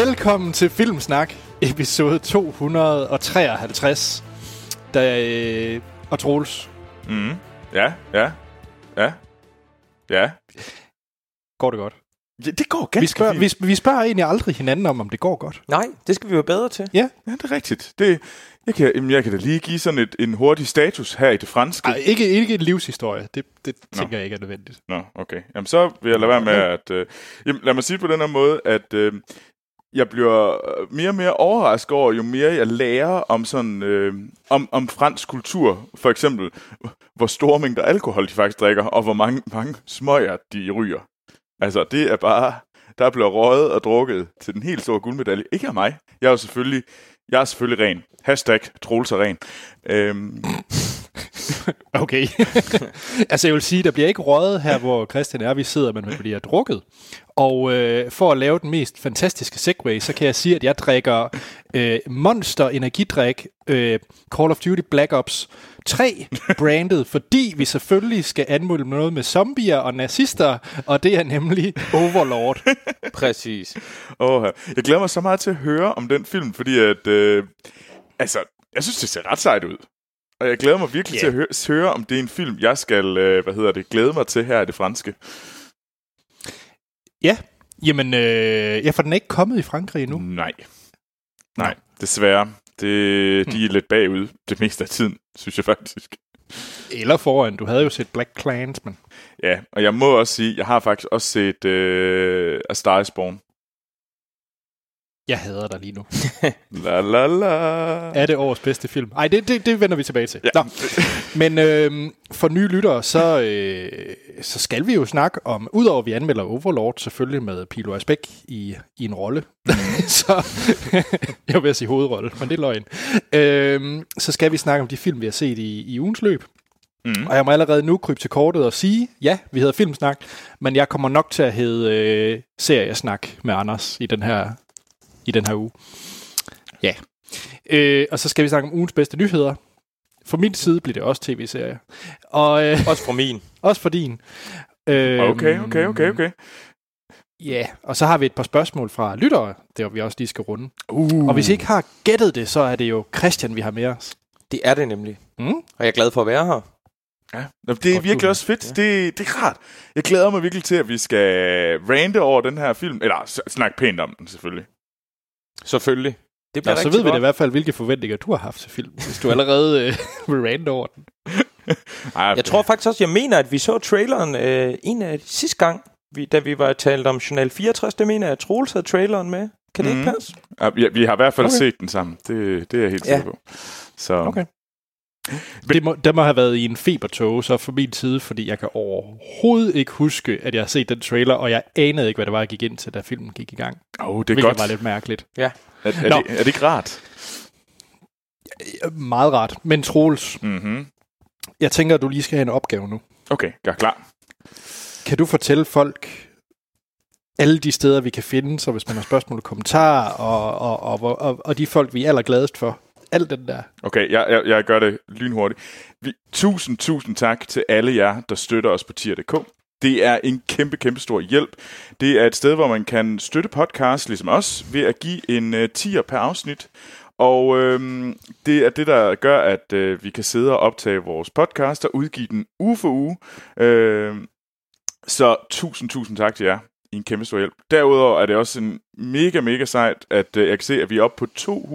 Velkommen til Filmsnak, episode 253. Og Troels. Ja. Går det godt? Ja, det går ganske fint. Vi spørger egentlig aldrig hinanden om det går godt. Nej, det skal vi jo bedre til. Ja, det er rigtigt. Jeg kan da lige give sådan en hurtig status her i det franske. Ej, ikke en livshistorie. Det tænker jeg ikke er nødvendigt. Nå, okay. Jamen så vil jeg lade være med at... lad mig sige på den her måde, at jeg bliver mere og mere overrasket over, jo mere jeg lærer om sådan om fransk kultur. For eksempel, hvor store mængder alkohol de faktisk drikker, og hvor mange smøger de ryger. Altså, det er bare... Der bliver røget og drukket til den helt store guldmedalje. Ikke af mig. Jeg er selvfølgelig ren. #Troels er ren. Okay. Altså, jeg vil sige, der bliver ikke røget her, hvor Christian er. Vi sidder, men man bliver drukket. Og for at lave den mest fantastiske segway, så kan jeg sige, at jeg drikker Monster energidrik Call of Duty Black Ops 3 brandet, fordi vi selvfølgelig skal anmelde noget med zombier og nazister, og det er nemlig Overlord. Præcis. Jeg glæder mig så meget til at høre om den film, fordi at jeg synes, det ser ret sejt ud. Og jeg glæder mig virkelig til at høre, om det er en film, jeg skal glæde mig til her i det franske. Ja, jamen, for den er ikke kommet i Frankrig endnu. Nej, desværre. De er lidt bagud det meste af tiden, synes jeg faktisk. Eller foran. Du havde jo set Black Klansman. Ja, og jeg må også sige, jeg har faktisk også set A Star Is Born. Jeg hader dig lige nu. La la la. Er det årets bedste film? Ej, det vender vi tilbage til. Ja. Nå. Men for nye lyttere, så skal vi jo snakke om, udover at vi anmelder Overlord, selvfølgelig med Pilo Asbæk i en rolle. Så jeg vil sige hovedrolle, men det er løgn. Så skal vi snakke om de film, vi har set i ugens løb. Og jeg må allerede nu krybe til kortet og sige, ja, vi hedder Filmsnak, men jeg kommer nok til at hedde Seriesnak med Anders i den her uge. Ja. Og så skal vi snakke om ugens bedste nyheder. For min side bliver det også tv-serier. Og, også for min. Også for din. Okay. Ja, og så har vi et par spørgsmål fra lyttere, der vi også lige skal runde. Og hvis I ikke har gættet det, så er det jo Christian, vi har med os. Det er det nemlig. Og jeg er glad for at være her. Ja, det er virkelig også fedt. Det er rart. Jeg glæder mig virkelig til, at vi skal rante over den her film. Eller snakke pænt om den, selvfølgelig. Selvfølgelig. Det bliver så ved vi da i hvert fald, hvilke forventninger du har haft til film, hvis du allerede vil rante over den. Jeg tror faktisk også, jeg mener, at vi så traileren en af de sidste gang, da vi var talt om Journal 64, det mener jeg, at Troels havde traileren med. Kan det ikke passe? Ja, vi har i hvert fald set den sammen. Det er jeg helt sikker på. Så. Okay. Det må have været i en febertog, så fra min side, fordi jeg kan overhovedet ikke huske, at jeg har set den trailer, og jeg anede ikke, hvad det var, jeg gik ind til, da filmen gik i gang. Det er hvilket godt. Var lidt mærkeligt. Ja. Er det ikke rart? Meget rart. Men Troels, jeg tænker, at du lige skal have en opgave nu. Okay, jeg er klar. Kan du fortælle folk alle de steder, vi kan finde, så hvis man har spørgsmål og kommentarer, og de folk, vi er allergladest for? Alt den der. Okay, jeg gør det lynhurtigt. Tusind tak til alle jer, der støtter os på tier.dk. Det er en kæmpe stor hjælp. Det er et sted, hvor man kan støtte podcast, ligesom os, ved at give en tier per afsnit. Og det er det, der gør, at vi kan sidde og optage vores podcast og udgive den uge for uge. Så tusind tak til jer. En kæmpe stor hjælp. Derudover er det også en mega sejt, at jeg kan se, at vi er oppe på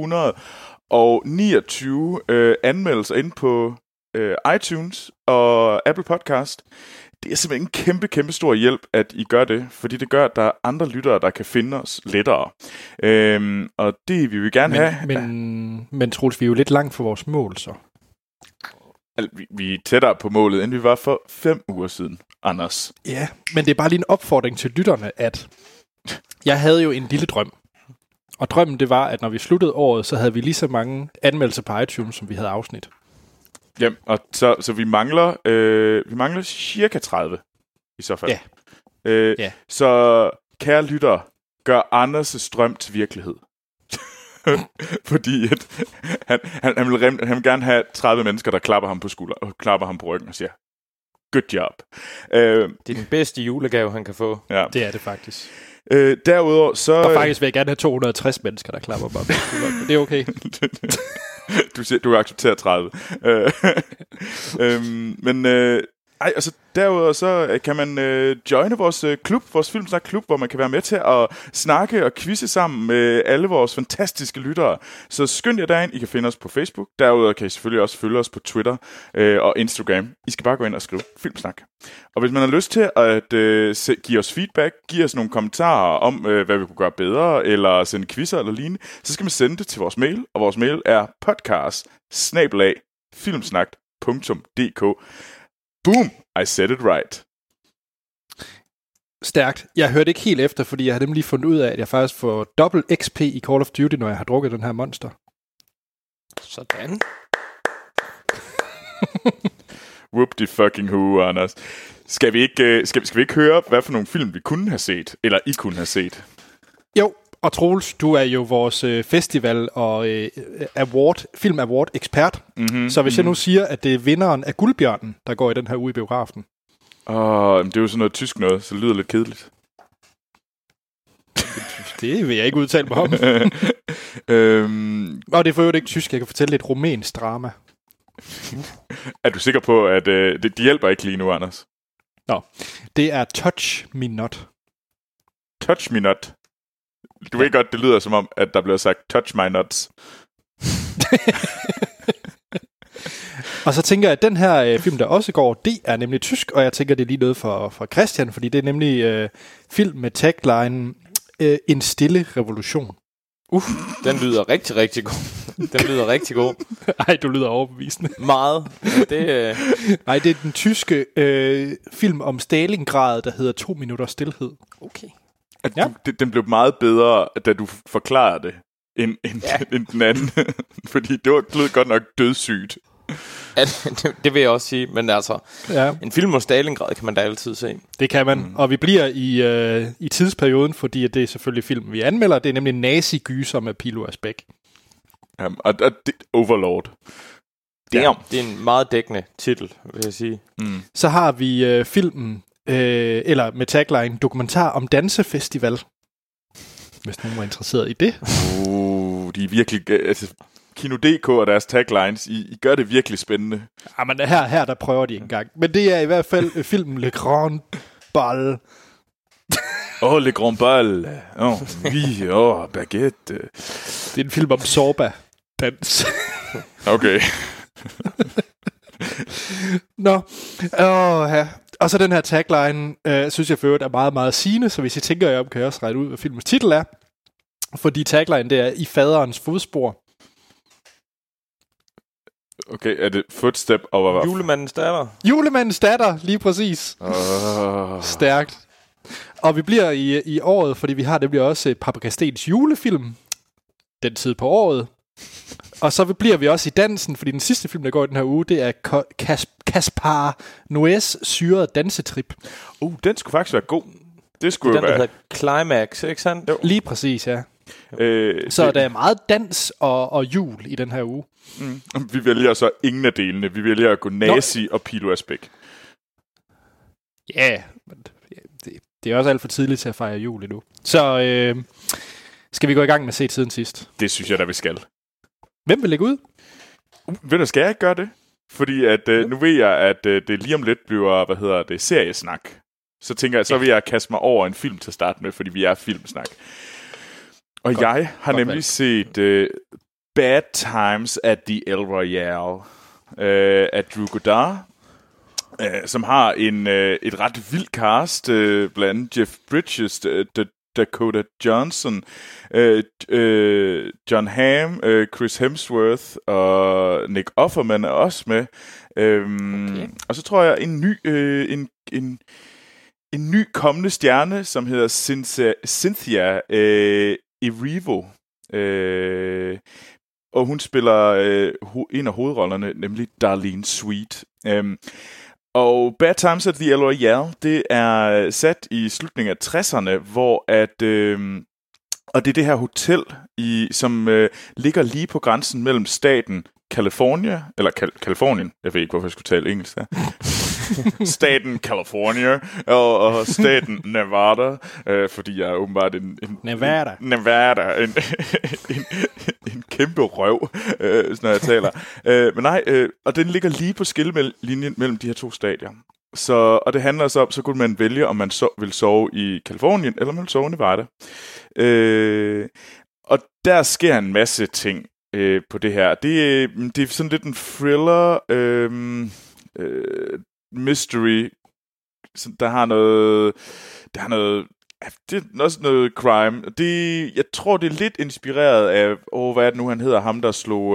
229 anmeldelser inde på iTunes og Apple Podcast. Det er simpelthen en kæmpe stor hjælp, at I gør det, fordi det gør, at der er andre lyttere, der kan finde os lettere. Og det vil vi gerne have. Men Troels, vi er jo lidt langt for vores mål, så. Vi er tættere på målet, end vi var for 5 uger siden, Anders. Ja, men det er bare lige en opfordring til lytterne, at jeg havde jo en lille drøm. Og drømmen, det var, at når vi sluttede året, så havde vi lige så mange anmeldelser på iTunes, som vi havde afsnit. Jamen, og så vi mangler cirka 30 i så fald. Ja. Så kære lyttere, gør Anders' drøm til virkelighed. Fordi at han vil gerne have 30 mennesker, der klapper ham på skulderen og klapper ham på ryggen og siger, good job. Det er den bedste julegave, han kan få. Ja. Det er det faktisk. Derudover så... Og faktisk vil jeg gerne have 260 mennesker, der klapper mig. Det er okay. Du accepterer 30. Altså derudover så kan man joine vores klub, vores Filmsnak-klub, hvor man kan være med til at snakke og quizze sammen med alle vores fantastiske lyttere. Så skynd jer derind, I kan finde os på Facebook. Derudover kan I selvfølgelig også følge os på Twitter og Instagram. I skal bare gå ind og skrive Filmsnak. Og hvis man har lyst til at give os feedback, give os nogle kommentarer om, hvad vi kunne gøre bedre, eller sende quizzer eller lignende, så skal man sende det til vores mail, og vores mail er podcast@filmsnak.dk. Boom! I said it right. Stærkt. Jeg hørte ikke helt efter, fordi jeg har nemlig fundet ud af, at jeg faktisk får dobbelt XP i Call of Duty, når jeg har drukket den her monster. Sådan. Whoop-de-fucking-hoo, Anders. Skal vi ikke høre, hvad for nogle film vi kunne have set, eller I kunne have set? Jo, og Troels, du er jo vores festival- og film award-ekspert. Så hvis jeg nu siger, at det er vinderen af Guldbjørnen, der går i den her uge i biografen. Det er jo sådan noget tysk noget, så det lyder lidt kedeligt. Det vil jeg ikke udtale mig om. Og det er for øvrigt ikke tysk, jeg kan fortælle lidt rumænsk drama. Er du sikker på, at det hjælper ikke lige nu, Anders? Nå, det er Touch Me Not. Touch Me Not. Du ved godt, det lyder som om, at der bliver sagt touch my nuts. Og så tænker jeg, at den her film, der også går, det er nemlig tysk, og jeg tænker, det er lige noget for Christian, fordi det er nemlig film med tagline En stille revolution. Den lyder rigtig, rigtig god. Den lyder rigtig god. Ej, du lyder overbevisende. Meget. Nej, det er den tyske film om Stalingrad, der hedder 2 minutter stilhed. Okay. Ja. Den blev meget bedre, da du forklarede det, end den anden. Fordi det lød godt nok dødssygt. Ja, det vil jeg også sige. Men altså, en film om Stalingrad kan man da altid se. Det kan man. Og vi bliver i tidsperioden, fordi det er selvfølgelig filmen, vi anmelder. Det er nemlig Nazi-gyser med Pilo Asbæk. Og det Overlord. Ja, det er en meget dækkende titel, vil jeg sige. Så har vi filmen, eller med tagline, dokumentar om dansefestival. Hvis nogen var interesseret i det. De er virkelig... Altså, Kino.dk og deres taglines, I gør det virkelig spændende. Ja, men her der prøver de en gang. Men det er i hvert fald filmen Le Grand Bal. Le Grand Bal. Baguette. Det er en film om Zorba. Dans. Okay. Nå. Og så den her tagline, synes jeg for øvrigt er meget, meget sigende, så hvis I tænker jer om, kan jeg også regne ud, hvad filmens titel er. Fordi tagline, det er I faderens fodspor. Okay, er det Footstep over... Julemandens datter. Julemandens datter, lige præcis. Stærkt. Og vi bliver i året, fordi vi har nemlig også Paprika Stens julefilm. Den tid på året. Og så bliver vi også i dansen, fordi den sidste film, der går i den her uge, det er Gaspar Noés syrede dansetrip. Den skulle faktisk være god. Det skulle den, være... der hedder Climax, ikke sandt? Lige præcis, ja. Så der er meget dans og jul i den her uge. Vi vælger så ingen af delene. Vi vælger at gå nazi og Pilo Asbæk. Ja, men det er også alt for tidligt til at fejre jul endnu. Så skal vi gå i gang med set siden sidst? Det synes jeg da, vi skal. Hvem vil lægge ud? Ved du, skal jeg ikke gøre det? Fordi at, nu ved jeg, at det lige om lidt bliver, seriesnak. Så tænker jeg, så vil jeg kaste mig over en film til at starte med, fordi vi er filmsnak. Og godt, jeg har nemlig set Bad Times at the El Royale af Drew Goddard, som har et ret vildt cast, blandt Jeff Bridges, Dakota Johnson, John Hamm, Chris Hemsworth og Nick Offerman er også med. Okay. Og så tror jeg en ny kommende stjerne, som hedder Cynthia Erivo. Og hun spiller en af hovedrollerne, nemlig Darlene Sweet. Og Bad Times at the El Royale, det er sat i slutningen af 60'erne, hvor og det er det her hotel, som ligger lige på grænsen mellem staten Californien, jeg ved ikke, hvorfor jeg skulle tale engelsk der. staten California og staten Nevada, fordi jeg er åbenbart en Nevada. En kæmpe røv, når jeg taler. Men nej, og den ligger lige på skillelinjen mellem de her to stadier. Og det handler så kunne man vælge, om man vil sove i Californien, eller man vil sove i Nevada. Og der sker en masse ting på det her. Det er sådan lidt en thriller, mystery. Så der har noget, det er også noget crime. Jeg tror, det er lidt inspireret af, hvad er det nu, han hedder, ham der slog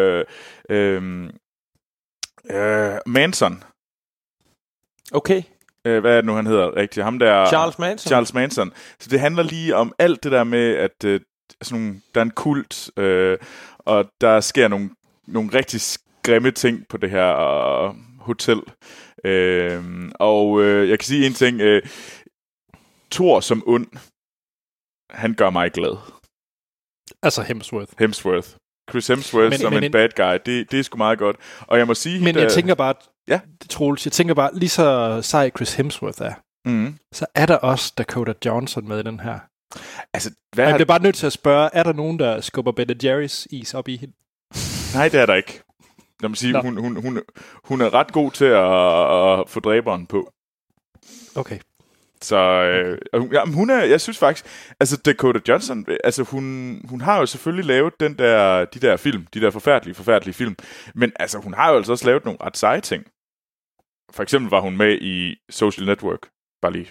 Manson. Okay. Hvad er det nu, han hedder rigtigt? Ham der... Charles Manson. Så det handler lige om alt det der med, at der er en kult, og der sker nogle rigtig grimme ting på det her hotel. Jeg kan sige en ting. Thor som ond, han gør mig glad. Altså Hemsworth. Chris Hemsworth som en bad guy, det er sgu meget godt. Og jeg må sige... Men jeg tænker bare, Troels, lige så sej Chris Hemsworth er, så er der også Dakota Johnson med i den her. Altså, jeg bliver bare nødt til at spørge, er der nogen, der skubber Ben & Jerry's is op i hende? Nej, det er der ikke. Jeg må sige, hun er ret god til at få dræberen på. Okay. Så hun er, jeg synes faktisk, altså Dakota Johnson, altså hun har jo selvfølgelig lavet de der forfærdelige film, men altså hun har jo altså også lavet nogle ret seje ting. For eksempel var hun med i Social Network, bare lige.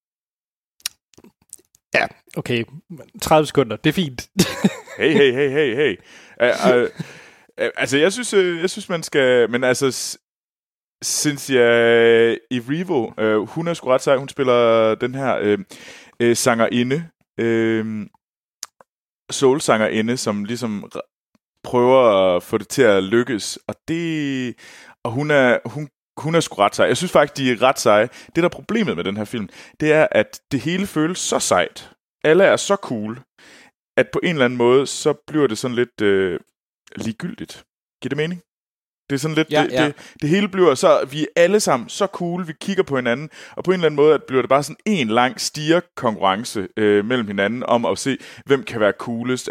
Ja, okay. 30 sekunder, det er fint. Hey. Altså jeg synes man skal, men altså Cynthia Erivo, hun er sgu ret sej. Hun spiller den her sangerinde, soul-sangerinde, som ligesom prøver at få det til at lykkes. Og hun er sgu ret sej. Jeg synes faktisk, de er ret seje. Det, der er problemet med den her film, det er, at det hele føles så sejt. Alle er så cool, at på en eller anden måde, så bliver det sådan lidt ligegyldigt. Giver det mening? Det er sådan lidt, det hele bliver så, vi er alle sammen så cool, vi kigger på hinanden, og på en eller anden måde bliver det bare sådan en lang stigerkonkurrence mellem hinanden, om at se, hvem kan være coolest.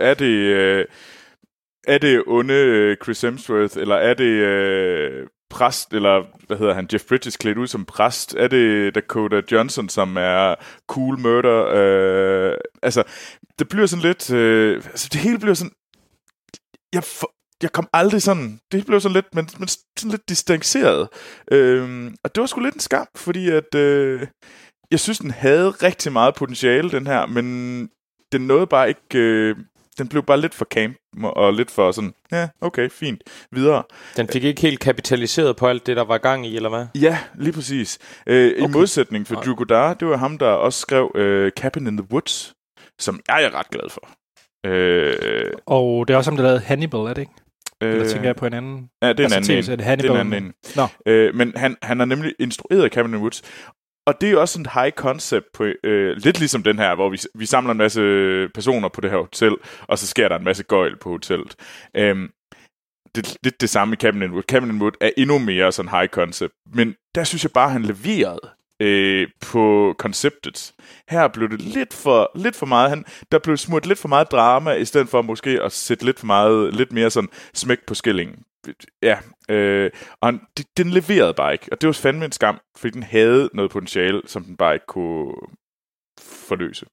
Er det onde Chris Hemsworth, eller er det præst, eller hvad hedder han, Jeff Bridges klædt ud som præst? Er det Dakota Johnson, som er cool murder? Altså, det bliver sådan lidt, det hele bliver sådan, jeg kom aldrig sådan... Det blev sådan lidt, men sådan lidt distanceret. Og det var sgu lidt en skam, fordi at... jeg synes, den havde rigtig meget potentiale, den her, men den nåede bare ikke... den blev bare lidt for camp, og lidt for sådan... Ja, okay, fint. Videre. Den fik ikke helt kapitaliseret på alt det, der var gang i, eller hvad? Ja, lige præcis. Okay. I modsætning for Drew Goddard, det var ham, der også skrev Cabin in the Woods, som jeg er ret glad for. Og det er også ham, der lavede Hannibal, er det ikke? Eller tænker jeg på en anden? Ja, det er en anden. Men han har nemlig instrueret Cabin in the Woods. Og det er også en high concept på, lidt ligesom den her, hvor vi samler en masse personer på det her hotel, og så sker der en masse gøjl på hotellet. Det er lidt det samme i Cabin in the Woods. Cabin in the Woods er endnu mere sådan high concept, men der synes jeg bare, han leverede på konceptet. Her blev det lidt for meget. Der blev smurt lidt for meget drama, i stedet for måske at sætte lidt mere sådan smæk på skillingen. Ja, og den leverede bare ikke, og det var fandme en skam, fordi den havde noget potentiale, som den bare ikke kunne forløse.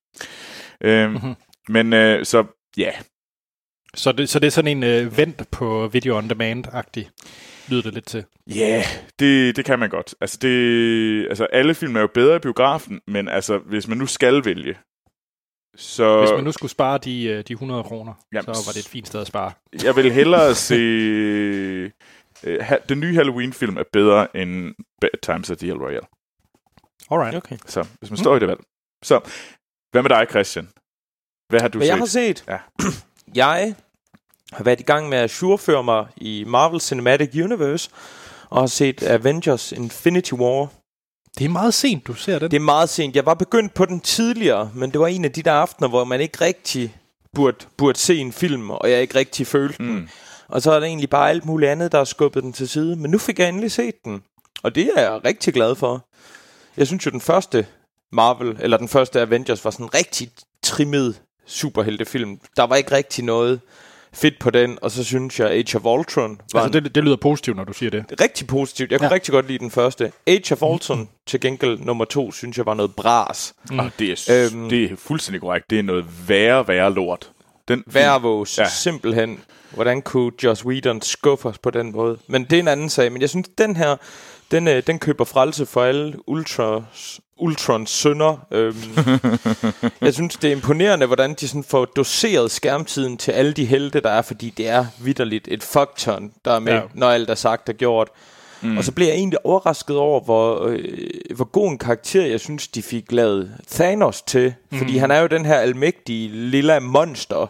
Men så ja. Så det er sådan en vent på video on demand-agtig, lyder det lidt til. Ja, det kan man godt. Altså alle film er jo bedre i biografen, men altså hvis man nu skal vælge, så... Hvis man nu skulle spare de 100 kroner, så var det et fint sted at spare. Jeg vil hellere se... den nye Halloween-film er bedre end Bad Times at the El Royale. Alright. Okay. Så hvis man står i det valg. Så, hvad med dig, Christian? Hvad har du set? Jeg har set? Ja. Jeg har været i gang med at sureføre mig i Marvel Cinematic Universe, og har set Avengers Infinity War. Det er meget sent, du ser den. Det er meget sent. Jeg var begyndt på den tidligere, men det var en af de der aftener, hvor man ikke rigtig burde se en film, og jeg ikke rigtig følte den. Og så er der egentlig bare alt muligt andet, der har skubbet den til side. Men nu fik jeg endelig set den. Og det er jeg rigtig glad for. Jeg synes jo, den første Marvel, eller den første Avengers, var sådan en rigtig trimmet superheltefilm. Der var ikke rigtig noget fedt på den, og så synes jeg, Age of Ultron var... Altså, det lyder positivt, når du siger det. Rigtig positivt. Jeg kunne rigtig godt lide den første. Age of Ultron, til gengæld nummer 2, synes jeg var noget bras. Det er fuldstændig korrekt. Det er noget værre lort. Værvås, simpelthen. Hvordan kunne Joss Whedon skuffe os på den måde? Men det er en anden sag. Men jeg synes, den her, den køber frelse for alle Ultrons sønner. Jeg synes, det er imponerende, hvordan de sådan får doseret skærmtiden til alle de helte, der er, fordi det er vitterligt et fuckton, der er med, når alt er sagt og gjort. Og så bliver jeg egentlig overrasket over, hvor god en karakter, jeg synes, de fik lavet Thanos til. Fordi han er jo den her almægtige lille monster.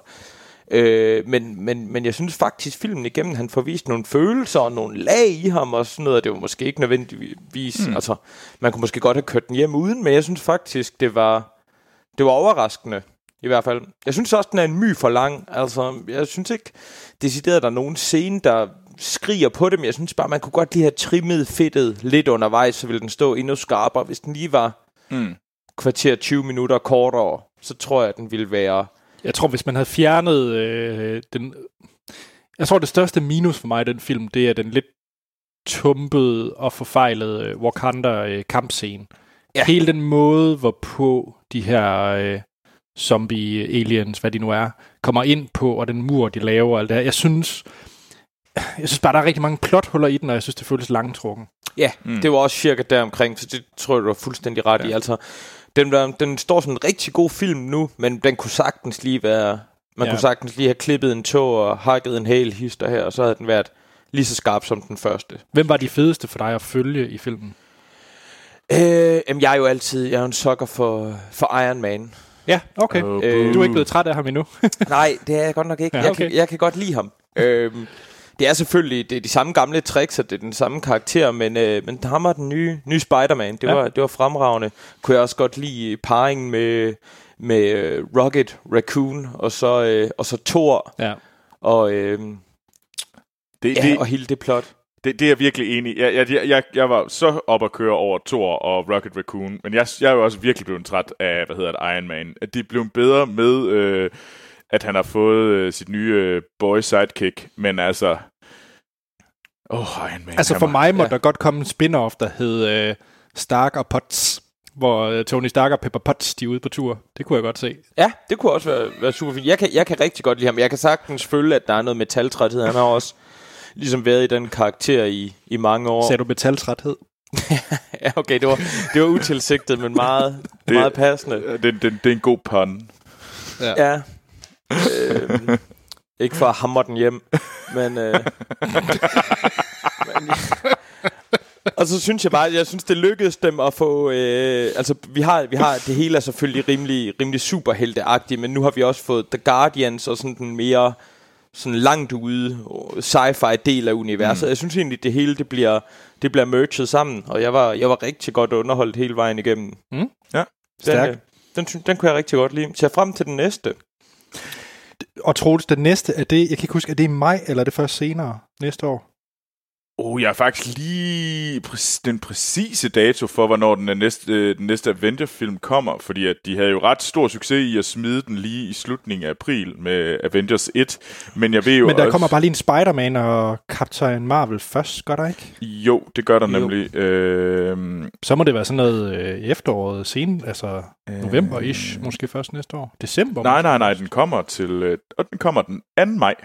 Men jeg synes faktisk, filmen igennem, han får vist nogle følelser og nogle lag i ham og sådan noget. Det var måske ikke nødvendigvis... Altså, man kunne måske godt have kørt den hjem uden, men jeg synes faktisk, det var overraskende. I hvert fald. Jeg synes også, den er en my for lang. Altså, jeg synes ikke, decideret, der er nogen scene, der skriger på det, men jeg synes bare, man kunne godt lige have trimmet fedtet lidt undervejs, så ville den stå endnu skarpere. Hvis den lige var kvarter 20 minutter kortere, så tror jeg, at den ville være... Jeg tror, hvis man havde fjernet den... Jeg tror, det største minus for mig i den film, det er den lidt tumpede og forfejlede Wakanda-kampscene. Ja. Hele den måde, hvorpå de her zombie-aliens, hvad de nu er, kommer ind på, og den mur, de laver og alt det her. Jeg synes bare, der er rigtig mange plothuller i den, og jeg synes, det føles langtrukken. Ja, det var også cirka deromkring, så det tror jeg, du var fuldstændig ret i. Altså, den står som en rigtig god film nu, men den kunne sagtens lige være... Man kunne sagtens lige have klippet en tog og hakket en hel hister her, og så havde den været lige så skarp som den første. Hvem var de fedeste for dig at følge i filmen? Jeg er jo en sucker for Iron Man. Ja, okay. Du er ikke blevet træt af ham endnu? Nej, det er jeg godt nok ikke. Ja, okay. Jeg kan godt lide ham. Det er selvfølgelig de samme gamle tricks, og det er den samme karakter, men ham og den nye Spider-Man, det var fremragende. Kunne jeg også godt lide parringen med Rocket Raccoon og så Thor. Ja. Og og hele det plot. Det er jeg virkelig enig i. Jeg var så op at køre over Thor og Rocket Raccoon, men jeg er jo også virkelig blevet træt af, Iron Man. At de blev bedre med, at han har fået sit nye boy sidekick, men altså... Iron Man. Altså for mig må der godt komme en spin-off, der hed Stark og Potts, hvor Tony Stark og Pepper Potts, de er ude på tur. Det kunne jeg godt se. Ja, det kunne også være super fint. Jeg kan rigtig godt lide ham. Jeg kan sagtens føle, at der er noget metaltræthed. Han har også ligesom været i den karakter i mange år. Sagde du metaltræthed? Ja, okay, det var utilsigtet, men meget passende. Det er en god pun. Ja. Ikke for at hamre den hjem, men og så synes jeg synes det lykkedes dem at få altså vi har det hele er selvfølgelig rimelig superhelteagtigt, men nu har vi også fået The Guardians og sådan den mere sådan langt ude sci-fi del af universet. Jeg synes egentlig det hele det bliver merged sammen, og jeg var rigtig godt underholdt hele vejen igennem. Ja, stærk. Den kunne jeg rigtig godt lide. Så frem til den næste. Og Troels, den næste, er det, jeg kan ikke huske, er det i maj, eller er det først senere næste år? Jeg er faktisk lige den præcise dato for, hvornår den næste Avenger-film kommer, fordi at de havde jo ret stor succes i at smide den lige i slutningen af april med Avengers 1, men jeg ved jo. Men der kommer bare lige en Spider-Man og Captain Marvel først, gør der ikke? Jo, det gør der nemlig. Så må det være sådan noget efteråret sen, altså november-ish, måske først næste år. December? Nej, den kommer den 2. maj.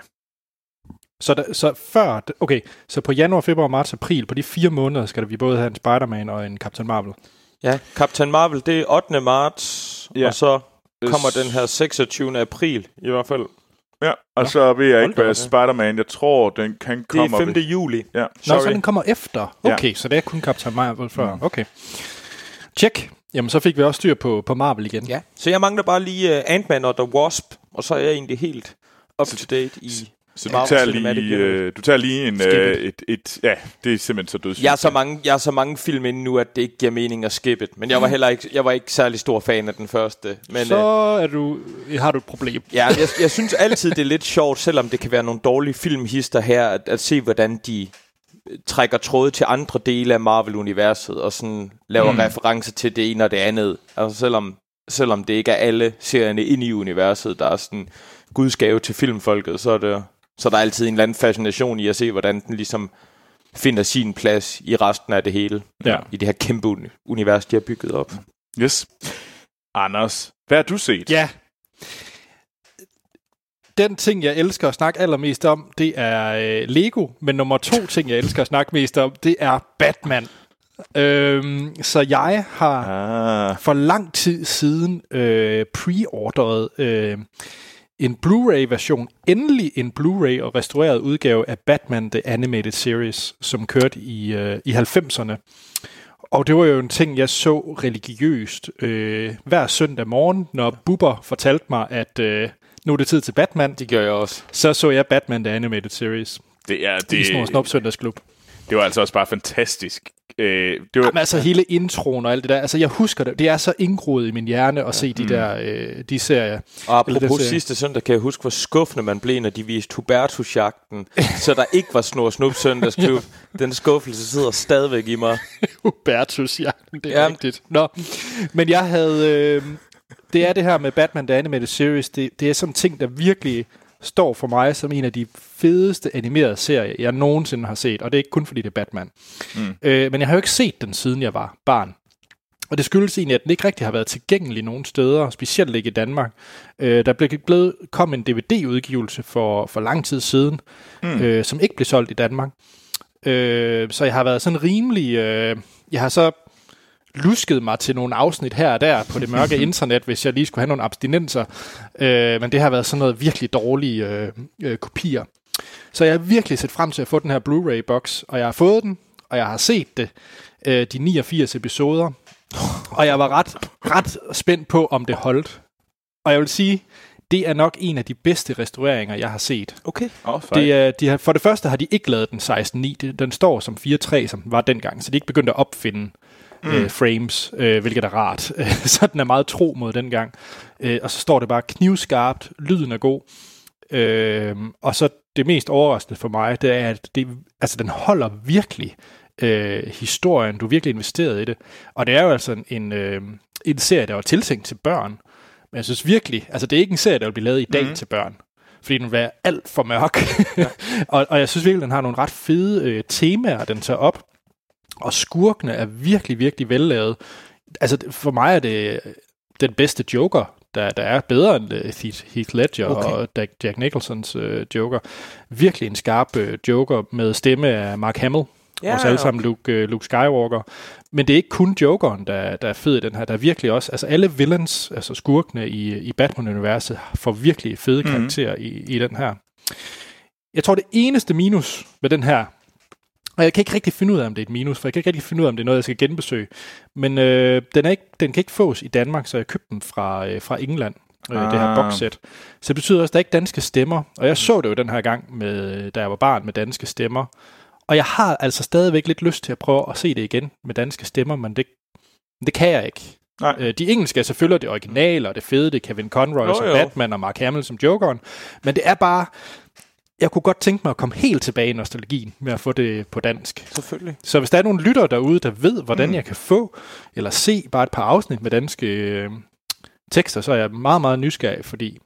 Så på januar, februar, marts, april, på de 4 måneder, skal vi både have en Spider-Man og en Captain Marvel. Ja, Captain Marvel, det er 8. marts, og så kommer den her 26. april, i hvert fald. Ja, og så ved jeg ikke, hvad Spider-Man, jeg tror, den kan komme... Det er 5. juli. Ja. Så den kommer efter. Okay, så det er kun Captain Marvel før. Okay. Check. Jamen, så fik vi også styr på Marvel igen. Ja, så jeg mangler bare lige Ant-Man og The Wasp, og så er jeg egentlig helt up to date i... Så du tager lige en ja, det er simpelthen så dødssygt. Jeg har så mange film inde nu, at det ikke giver mening at skippe it. Men jeg var ikke særlig stor fan af den første. Men, så har du et problem. Ja, jeg synes altid det er lidt sjovt, selvom det kan være nogle dårlige filmhister her, at se hvordan de trækker tråde til andre dele af Marvel-universet, og sådan laver referencer til det ene og det andet. Altså selvom det ikke er alle serierne inde i universet, der er sådan Guds gave til filmfolket, så er der altid en eller anden fascination i at se, hvordan den ligesom finder sin plads i resten af det hele. Ja. I det her kæmpe univers, de har bygget op. Yes. Anders, hvad har du set? Ja. Den ting, jeg elsker at snakke allermest om, det er Lego. Men nummer 2 ting, jeg elsker at snakke mest om, det er Batman. Så jeg har for lang tid siden pre-ordret en Blu-ray-version, endelig en Blu-ray og restaureret udgave af Batman The Animated Series, som kørte i 90'erne. Og det var jo en ting, jeg så religiøst hver søndag morgen, når Bubber fortalte mig, at nu er det tid til Batman. Det gør jeg også. Så jeg Batman The Animated Series. Det er i Snor Snop Søndagsklub. Det var altså også bare fantastisk. Det var... Jamen, altså hele introen og alt det der. Altså jeg husker det. Det er så indgroet i min hjerne at se de serier. Og apropos sidste søndag kan jeg huske, hvor skuffende man blev, når de viste Hubertus-jagten. Så der ikke var Snor Snop Søndagsklub. Den skuffelse sidder stadigvæk i mig. Hubertus-jagten, det er rigtigt. Nå, men jeg havde... det er det her med Batman The Animated Series. Det er sådan en ting, der virkelig står for mig som en af de fedeste animerede serier, jeg nogensinde har set. Og det er ikke kun fordi det er Batman. Men jeg har jo ikke set den, siden jeg var barn. Og det skyldes egentlig, at den ikke rigtig har været tilgængelig nogen steder, specielt ikke i Danmark. Der kom en DVD-udgivelse for lang tid siden, som ikke blev solgt i Danmark. Så jeg har været sådan rimelig... jeg har så lusket mig til nogle afsnit her og der på det mørke internet, hvis jeg lige skulle have nogle abstinenser. Men det har været sådan noget virkelig dårlige kopier. Så jeg har virkelig set frem til at få den her Blu-ray-box, og jeg har fået den, og jeg har set det, de 89 episoder, og jeg var ret spændt på, om det holdt. Og jeg vil sige, det er nok en af de bedste restaureringer, jeg har set. Okay. For det første har de ikke lavet den 16:9. Den står som 4:3, som den var dengang, så de ikke begyndte at opfinde frames, hvilket er rart. Så den er meget tro mod dengang. Og så står det bare knivskarpt, lyden er god. Og så det mest overraskende for mig, det er, at den holder virkelig historien. Du er virkelig investeret i det. Og det er jo altså en serie, der var tiltænkt til børn. Men jeg synes virkelig, altså det er ikke en serie, der vil blive lavet i dag til børn. Fordi den vil være alt for mørk. Ja. og jeg synes virkelig, den har nogle ret fede temaer, den tager op. Og skurkene er virkelig, virkelig vellavet. Altså for mig er det den bedste Joker, der er bedre end Heath Ledger og Jack Nicholsons Joker. Virkelig en skarp Joker med stemme af Mark Hamill. Også alle sammen Luke Skywalker. Men det er ikke kun Jokeren, der er fed i den her. Der er virkelig også, altså alle villains, altså skurkene i Batman-universet, får virkelig fede karakterer i den her. Jeg tror, det eneste minus med den her, og jeg kan ikke rigtig finde ud af, om det er et minus, for jeg kan ikke rigtig finde ud af, om det er noget, jeg skal genbesøge. Men den kan ikke fås i Danmark, så jeg købte den fra England, det her boxset. Så det betyder også, at der er ikke danske stemmer. Og jeg så det jo den her gang, da jeg var barn, med danske stemmer. Og jeg har altså stadigvæk lidt lyst til at prøve at se det igen med danske stemmer, men det kan jeg ikke. Nej. De engelske er selvfølgelig det originale, og det fede, det er Kevin Conroy som Batman og Mark Hamill som Jokeren. Men det er bare... Jeg kunne godt tænke mig at komme helt tilbage i nostalgien med at få det på dansk. Selvfølgelig. Så hvis der er nogle lyttere derude, der ved, hvordan jeg kan få eller se bare et par afsnit med danske tekster, så er jeg meget, meget nysgerrig, fordi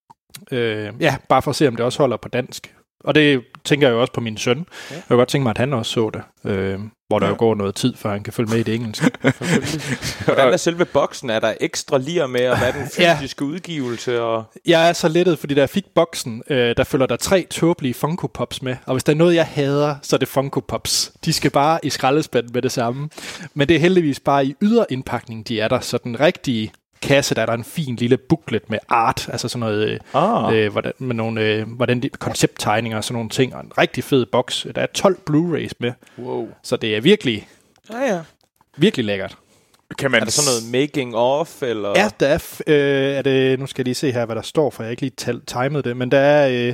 bare for at se, om det også holder på dansk. Og det tænker jeg jo også på min søn. Ja. Jeg kan godt tænke mig, at han også så det. Hvor der jo går noget tid, før han kan følge med i det engelske. Hvordan er selve boksen? Er der ekstra lir med, og hvad er den fysiske udgivelse? Og... Jeg er så lettet, fordi da jeg fik boksen, der følger der 3 tåbelige Funko Pops med. Og hvis der er noget, jeg hader, så er det Funko Pops. De skal bare i skraldespanden med det samme. Men det er heldigvis bare i ydreindpakning, de er der. Så den rigtige kasse, der er en fin lille booklet med art, altså sådan noget, med nogle koncepttegninger og sådan nogle ting, og en rigtig fed boks. Der er 12 Blu-rays med, så det er virkelig, virkelig lækkert. Er der sådan noget making of, eller? Ja, der er det, nu skal jeg lige se her, hvad der står, for jeg har ikke lige timet det, men der er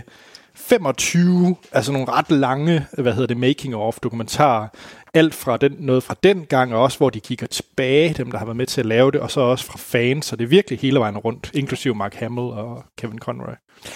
25, altså nogle ret lange, making of dokumentarer, alt fra noget fra den gang, og også hvor de kigger tilbage, dem der har været med til at lave det, og så også fra fans, så det er virkelig hele vejen rundt, inklusive Mark Hamill og Kevin Conroy.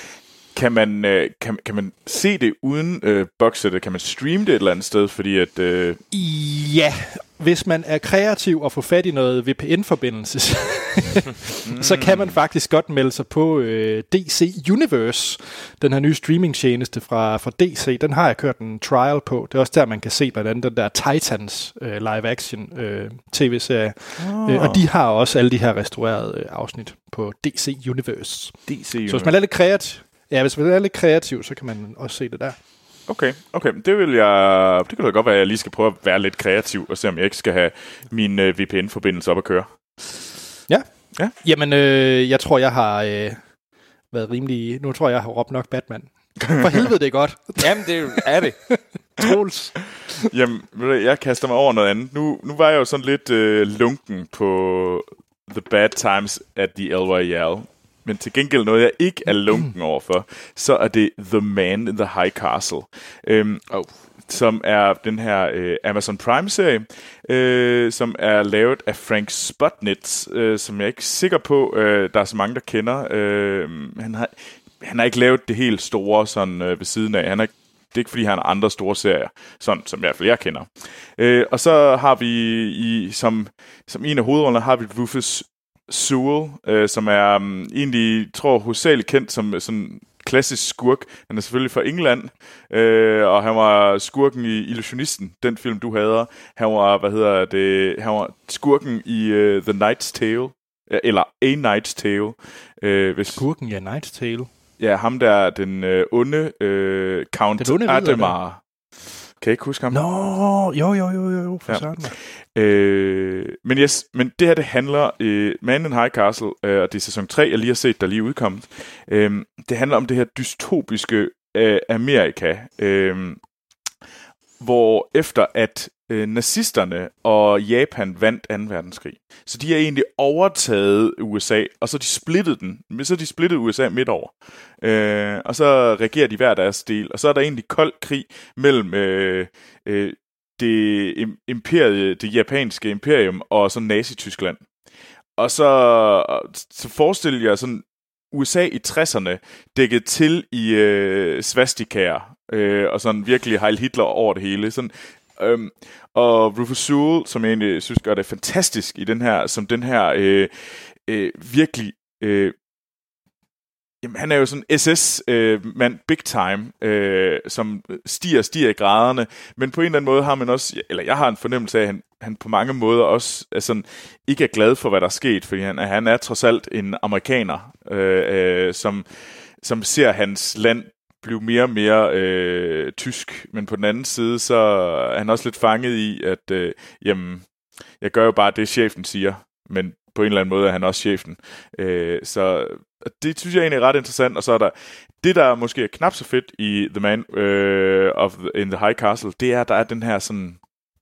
Kan man se det uden boxsættet? Kan man streame det et eller andet sted? Fordi at... Ja, hvis man er kreativ og får fat i noget VPN-forbindelse, så kan man faktisk godt melde sig på DC Universe, den her nye streamingtjeneste fra DC. Den har jeg kørt en trial på. Det er også der, man kan se blandt andet den der Titans live-action tv-serie. Og de har også alle de her restaurerede afsnit på DC Universe. Så hvis man er lidt kreativ... Ja, hvis man er lidt kreativ, så kan man også se det der. Okay. Det kan da godt være, at jeg lige skal prøve at være lidt kreativ, og se om jeg ikke skal have min VPN-forbindelse op at køre. Ja. Jamen, jeg tror, jeg har været rimelig... Nu tror jeg har råbt nok Batman. For helvede, det er godt. Jamen, det er det. Troels. Jamen, jeg kaster mig over noget andet. Nu var jeg jo sådan lidt lunken på The Bad Times at the El Royale. Men til gengæld noget, jeg ikke er lunken overfor, så er det The Man in the High Castle, som er den her Amazon Prime-serie, som er lavet af Frank Spotnitz, som jeg er ikke sikker på, der er så mange, der kender. Han har ikke lavet det helt store sådan ved siden af. Det er ikke, fordi han har andre store serier, sådan, som i hvert fald jeg kender. Og så har vi som en af hovedrollerne, har vi Rufus Sewell, som er egentlig, tror hovedsageligt kendt som sådan klassisk skurk. Han er selvfølgelig fra England, og han var skurken i Illusionisten, den film du hader. Han var, han var skurken i The Knight's Tale, eller A Knight's Tale. Skurken i A Knight's Tale? Ja, ham der, den onde Count Ademar. Kan jeg ikke huske ham? Jo, for sådan. Men det her, det handler Man in High Castle, og det er sæson 3, jeg lige har set, der lige er udkommet. Det handler om det her dystopiske Amerika, hvor efter at nazisterne og Japan vandt 2. verdenskrig, så de har egentlig overtaget USA, og så de splittet USA midt over. Og så regerer de hver deres del, og så er der egentlig kold krig mellem det japanske imperium og så Nazi-Tyskland. Og så forestiller jeg sådan USA i 60'erne dækket til i svastikaer, og sådan virkelig Heil Hitler over det hele. Sådan, og Rufus Sewell, som jeg egentlig synes gør det fantastisk i den her, som den her virkelig... Jamen, han er jo sådan SS-mand big time, som stiger i graderne, men på en eller anden måde har man også, eller jeg har en fornemmelse af, at han på mange måder også er sådan, ikke er glad for, hvad der er sket, fordi han er trods alt en amerikaner, som ser hans land blive mere og mere tysk, men på den anden side, så er han også lidt fanget i, at jamen, jeg gør jo bare det, chefen siger, men på en eller anden måde er han også chefen. Så det synes jeg egentlig er ret interessant. Og så er der det, der måske er knap så fedt i The Man in the High Castle, det er, at der er den her sådan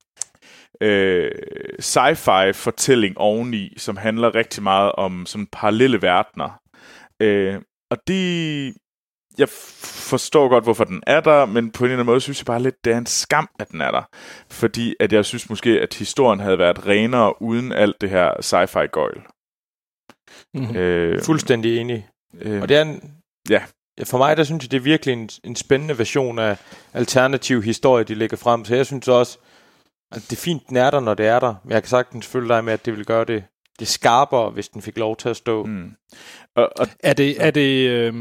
sci-fi fortælling oveni, som handler rigtig meget om sådan parallelle verdener. Og det... Jeg forstår godt, hvorfor den er der, men på en eller anden måde synes jeg bare lidt, det er en skam, at den er der. Fordi at jeg synes måske, at historien havde været renere uden alt det her sci-fi-gøjl. Fuldstændig enig. Og det er for mig, der synes jeg, det er virkelig en spændende version af alternativ historie, de lægger frem. Så jeg synes også, at det er fint, den er der, når det er der. Men jeg kan sagtens følge dig med, at det vil gøre det skarpere, hvis den fik lov til at stå. Er det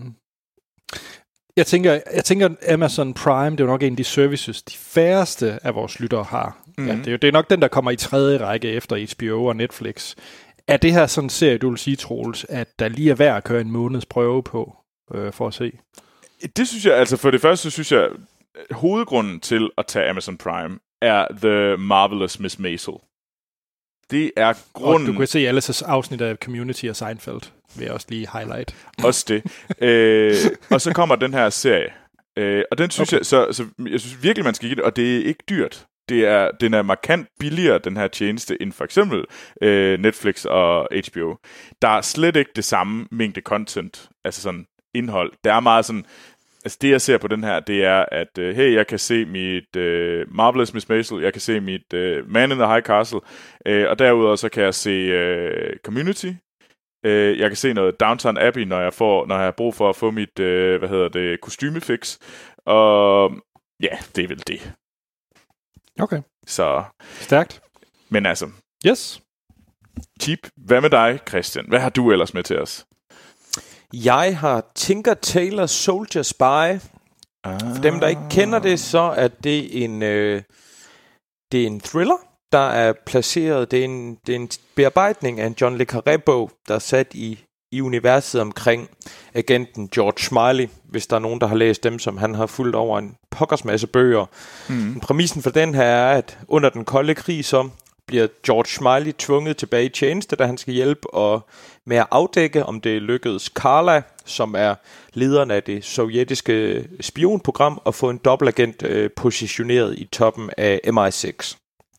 Jeg tænker Amazon Prime, det er jo nok en af de services, de færreste af vores lyttere har. Ja, det er nok den, der kommer i tredje række efter HBO og Netflix. Er det her sådan en serie, du vil sige, Troels, at der lige er værd at køre en måneds prøve på, for at se? Det synes jeg, altså for det første, synes jeg, hovedgrunden til at tage Amazon Prime er The Marvelous Miss Maisel. Det er grunden... Og du kan se alle afsnit af Community og Seinfeld, vil jeg også lige highlight. Også det. Og så kommer den her serie. Og den synes jeg, så jeg synes virkelig, man skal give det, og det er ikke dyrt. Den er markant billigere, den her tjeneste, end for eksempel Netflix og HBO. Der er slet ikke det samme mængde content, altså sådan indhold. Det er meget sådan... Altså det, jeg ser på den her, det er, at hey, jeg kan se mit Marvelous Miss Maisel, jeg kan se mit Man in the High Castle, og derudover så kan jeg se Community, Jeg kan se noget Downton Abbey, når jeg har brug for at få mit, kostymefix. Og ja, det er vel det. Okay. Så. Stærkt. Men altså. Yes. Tip. Hvad med dig, Christian? Hvad har du ellers med til os? Jeg har Tinker Tailor Soldier Spy. For dem, der ikke kender det, så er det en thriller, der er placeret. Det er en bearbejdning af en John le Carré-bog, der er sat i universet omkring agenten George Smiley, hvis der er nogen, der har læst dem, som han har fulgt over en pokkers masse bøger. Præmissen for den her er, at under den kolde krig, så bliver George Smiley tvunget tilbage i tjeneste, da han skal hjælpe med at afdække, om det lykkedes Karla, som er lederen af det sovjetiske spionprogram, at få en dobbeltagent positioneret i toppen af MI6.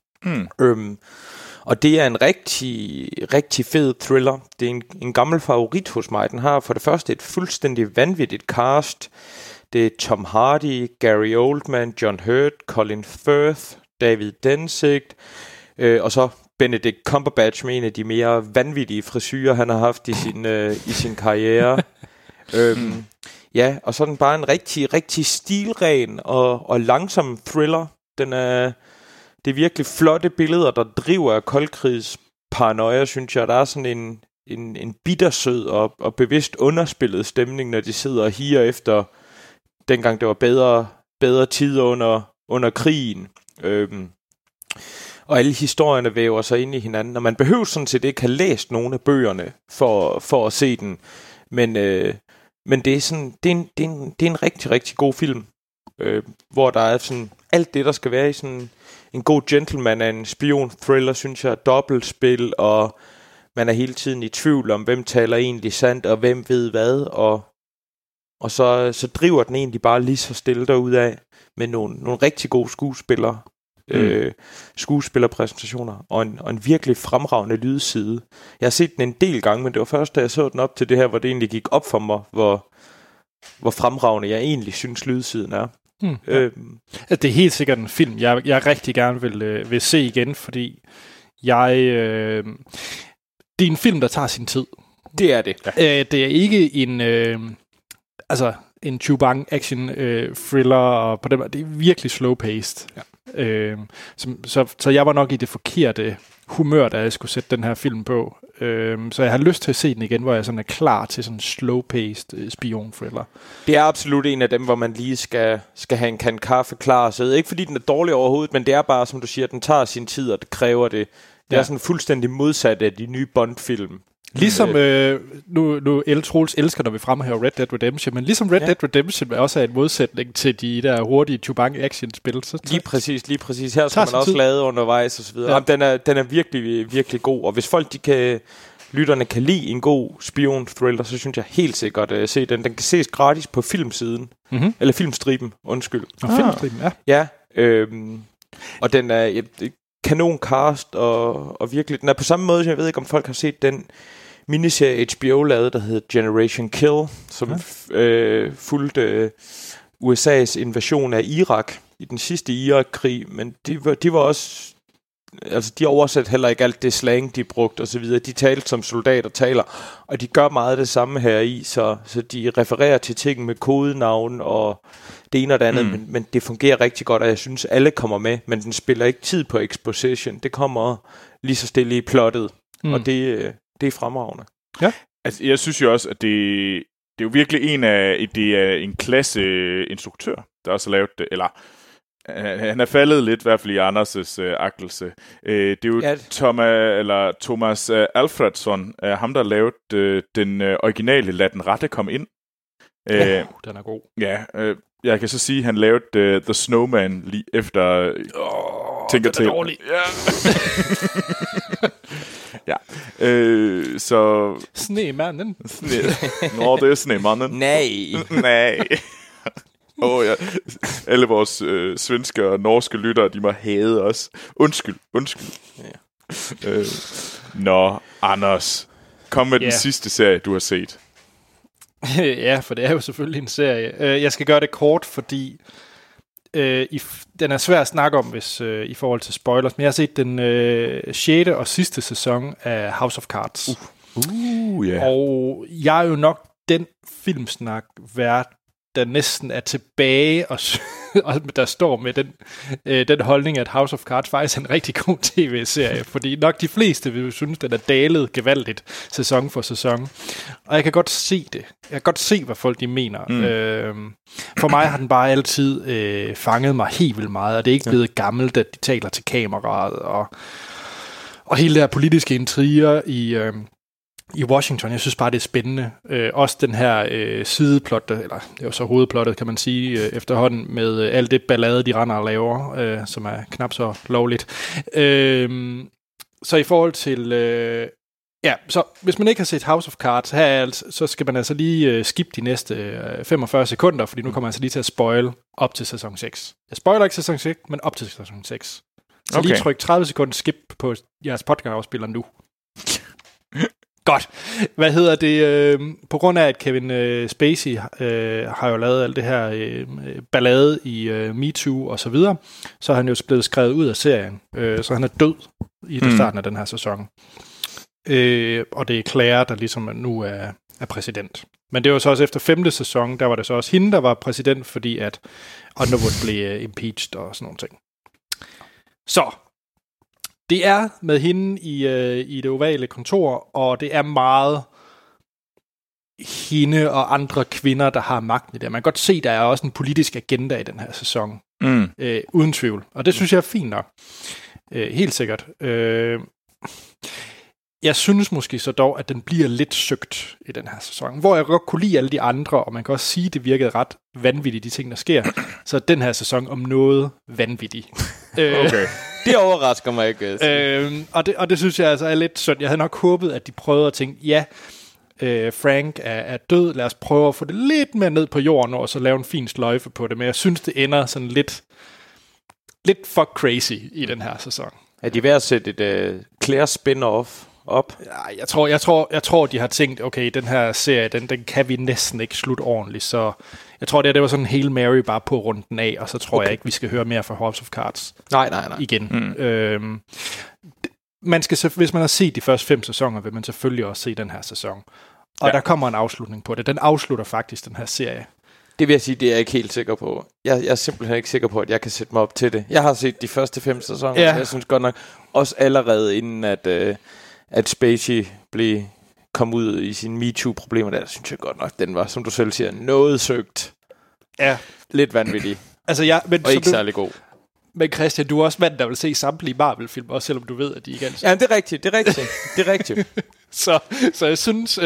Og det er en rigtig, rigtig fed thriller. Det er en gammel favorit hos mig. Den har for det første et fuldstændig vanvittigt cast. Det er Tom Hardy, Gary Oldman, John Hurt, Colin Firth, David Densigt, og så Benedict Cumberbatch med en af de mere vanvittige frisyrer, han har haft i sin karriere. Ja, og så er den bare en rigtig, rigtig stilren og langsom thriller. Det er virkelig flotte billeder, der driver af koldkrigsparanoia, synes jeg. Der er sådan en bittersød og bevidst underspillet stemning, når de sidder og higer efter dengang det var bedre tider under krigen. Og alle historierne væver sig ind i hinanden, og man behøver sådan set ikke have læst nogle af bøgerne for at se den. Men det er en rigtig, rigtig god film, hvor der er sådan alt det, der skal være i sådan en god gentleman af en spion-thriller, synes jeg, dobbeltspil, og man er hele tiden i tvivl om, hvem taler egentlig sandt, og hvem ved hvad, og så driver den egentlig bare lige så stille derudad med nogle rigtig gode skuespillere, skuespillerpræsentationer, og en virkelig fremragende lydside. Jeg har set den en del gange, men det var først, da jeg så den op til det her, hvor det egentlig gik op for mig, hvor fremragende jeg egentlig synes lydsiden er. Det er helt sikkert en film, jeg rigtig gerne vil se igen, fordi det er en film, der tager sin tid. Det er det. Det er ikke en Chubang action thriller, og på den måde, det er virkelig slow-paced. Ja. Så jeg var nok i det forkerte humør, da jeg skulle sætte den her film på. Så jeg har lyst til at se den igen, hvor jeg sådan er klar til sådan en slow-paced spion-thriller. Det er absolut en af dem, hvor man lige skal have en kan kaffe klar. Så ikke fordi den er dårlig overhovedet, men det er bare, som du siger, den tager sin tid, og det kræver det. Det er sådan fuldstændig modsat af de nye Bond-film. Ligesom nu Troels elsker, når vi fremhæver Red Dead Redemption, men ligesom Red Dead Redemption også er en modsætning til de der hurtige Chubang action-spil. Lige præcis. Her skal man også lade undervejs og så videre. Ja. Den er virkelig, virkelig god, og hvis lytterne kan lide en god spion-thriller, så synes jeg helt sikkert at se den. Den kan ses gratis på filmsiden, eller filmstriben, undskyld. Filmstriben, ja. Og den er kanon cast, og virkelig, den er på samme måde, jeg ved ikke, om folk har set den miniserie HBO lavede, der hedder Generation Kill, som fulgte USA's invasion af Irak i den sidste Irak-krig, men de var også, altså de oversat heller ikke alt det slang, de brugte og så videre. De talte som soldater taler, og de gør meget af det samme her i, så de refererer til ting med kodenavn og det ene og det andet, men det fungerer rigtig godt, og jeg synes, alle kommer med, men den spiller ikke tid på exposition. Det kommer lige så stille i plottet, og det er fremragende. Ja. Altså, jeg synes jo også, at det er jo virkelig det er en klasse instruktør, der også har lavet det, eller han er faldet lidt, i hvert fald i Anders' agtelse. Det er jo Thomas Alfredson, ham der har lavet den originale Lad den rette komme ind. Den er god. Ja, jeg kan så sige, at han lavede The Snowman lige efter Tinker Tailor. Den er dårlig. Ja. Så Snemanden. Nå, det er Snemanden. Nej. Ja. Alle vores svenske og norske lyttere, de må hade os. Undskyld. Ja. Nå, Anders, kom med den sidste serie, du har set. Ja, for det er jo selvfølgelig en serie. Jeg skal gøre det kort, fordi den er svær at snakke om, hvis i forhold til spoilers, men jeg har set den 6. og sidste sæson af House of Cards. Yeah. Og jeg er jo nok den filmsnak vært, der næsten er tilbage, og der står med den holdning, at House of Cards faktisk er en rigtig god tv-serie, fordi nok de fleste vil synes, den er dalet gevaldigt sæson for sæson. Og jeg kan godt se det. Jeg kan godt se, hvad folk de mener. For mig har den bare altid fanget mig helt vildt meget, og det er ikke blevet gammelt, at de taler til kameraet, og hele der politiske intriger i Washington. Jeg synes bare, det er spændende. Også den her sideplot, eller det er jo så hovedplottet, kan man sige, efterhånden, med alt det ballade, de render og laver, som er knap så lovligt. Så i forhold til... så hvis man ikke har set House of Cards, så skal man altså lige skippe de næste 45 sekunder, fordi nu kommer jeg altså lige til at spoil op til sæson 6. Jeg spoiler ikke sæson 6, men op til sæson 6. Så lige tryk 30 sekunder skip på jeres podcast-afspiller nu. Godt. Hvad hedder det? På grund af, at Kevin Spacey har jo lavet alt det her ballade i MeToo og så videre, så er han jo blevet skrevet ud af serien. Så han er død i starten af den her sæson. Og det er Claire, der ligesom nu er præsident. Men det var så også efter 5. sæson, der var det så også hende, der var præsident, fordi at Underwood blev impeached og sådan nogle ting. Så det er med hende i det ovale kontor, og det er meget hende og andre kvinder, der har magten i det. Man kan godt se, der er også en politisk agenda i den her sæson. Uden tvivl. Og det synes jeg er fint nok. Helt sikkert. Jeg synes måske så dog, at den bliver lidt søgt i den her sæson. Hvor jeg godt kunne lide alle de andre, og man kan også sige, at det virkede ret vanvittigt, de ting, der sker. Så den her sæson om noget vanvittigt. Okay. Det overrasker mig ikke. Og det synes jeg altså er lidt synd. Jeg havde nok håbet, at de prøvede at tænke, Frank er død, lad os prøve at få det lidt mere ned på jorden, og så lave en fin sløjfe på det. Men jeg synes, det ender sådan lidt for crazy i den her sæson. Er de ved at sætte et Claire spin-off op? Ja, jeg tror, de har tænkt, okay, den her serie, den kan vi næsten ikke slutte ordentligt, så jeg tror, det var sådan en Hail Mary bare på runden af, og så tror jeg ikke, vi skal høre mere fra House of Cards. Nej. Igen. Man skal, hvis man har set de første 5 sæsoner, vil man selvfølgelig også se den her sæson. Og der kommer en afslutning på det. Den afslutter faktisk den her serie. Det vil jeg sige, det er jeg ikke helt sikker på. Jeg er simpelthen ikke sikker på, at jeg kan sætte mig op til det. Jeg har set de første 5 sæsoner, og jeg synes godt nok, også allerede inden at Spacey kom ud i sine MeToo-problemer, der synes jeg godt nok, den var, som du selv siger, noget søgt. Ja. Lidt vanvittig. Altså, og ikke særlig god. Men Christian, du er også mand, der vil se samtlige Marvel-film, også selvom du ved, at de ikke er... Ja, det er rigtigt. Så jeg synes...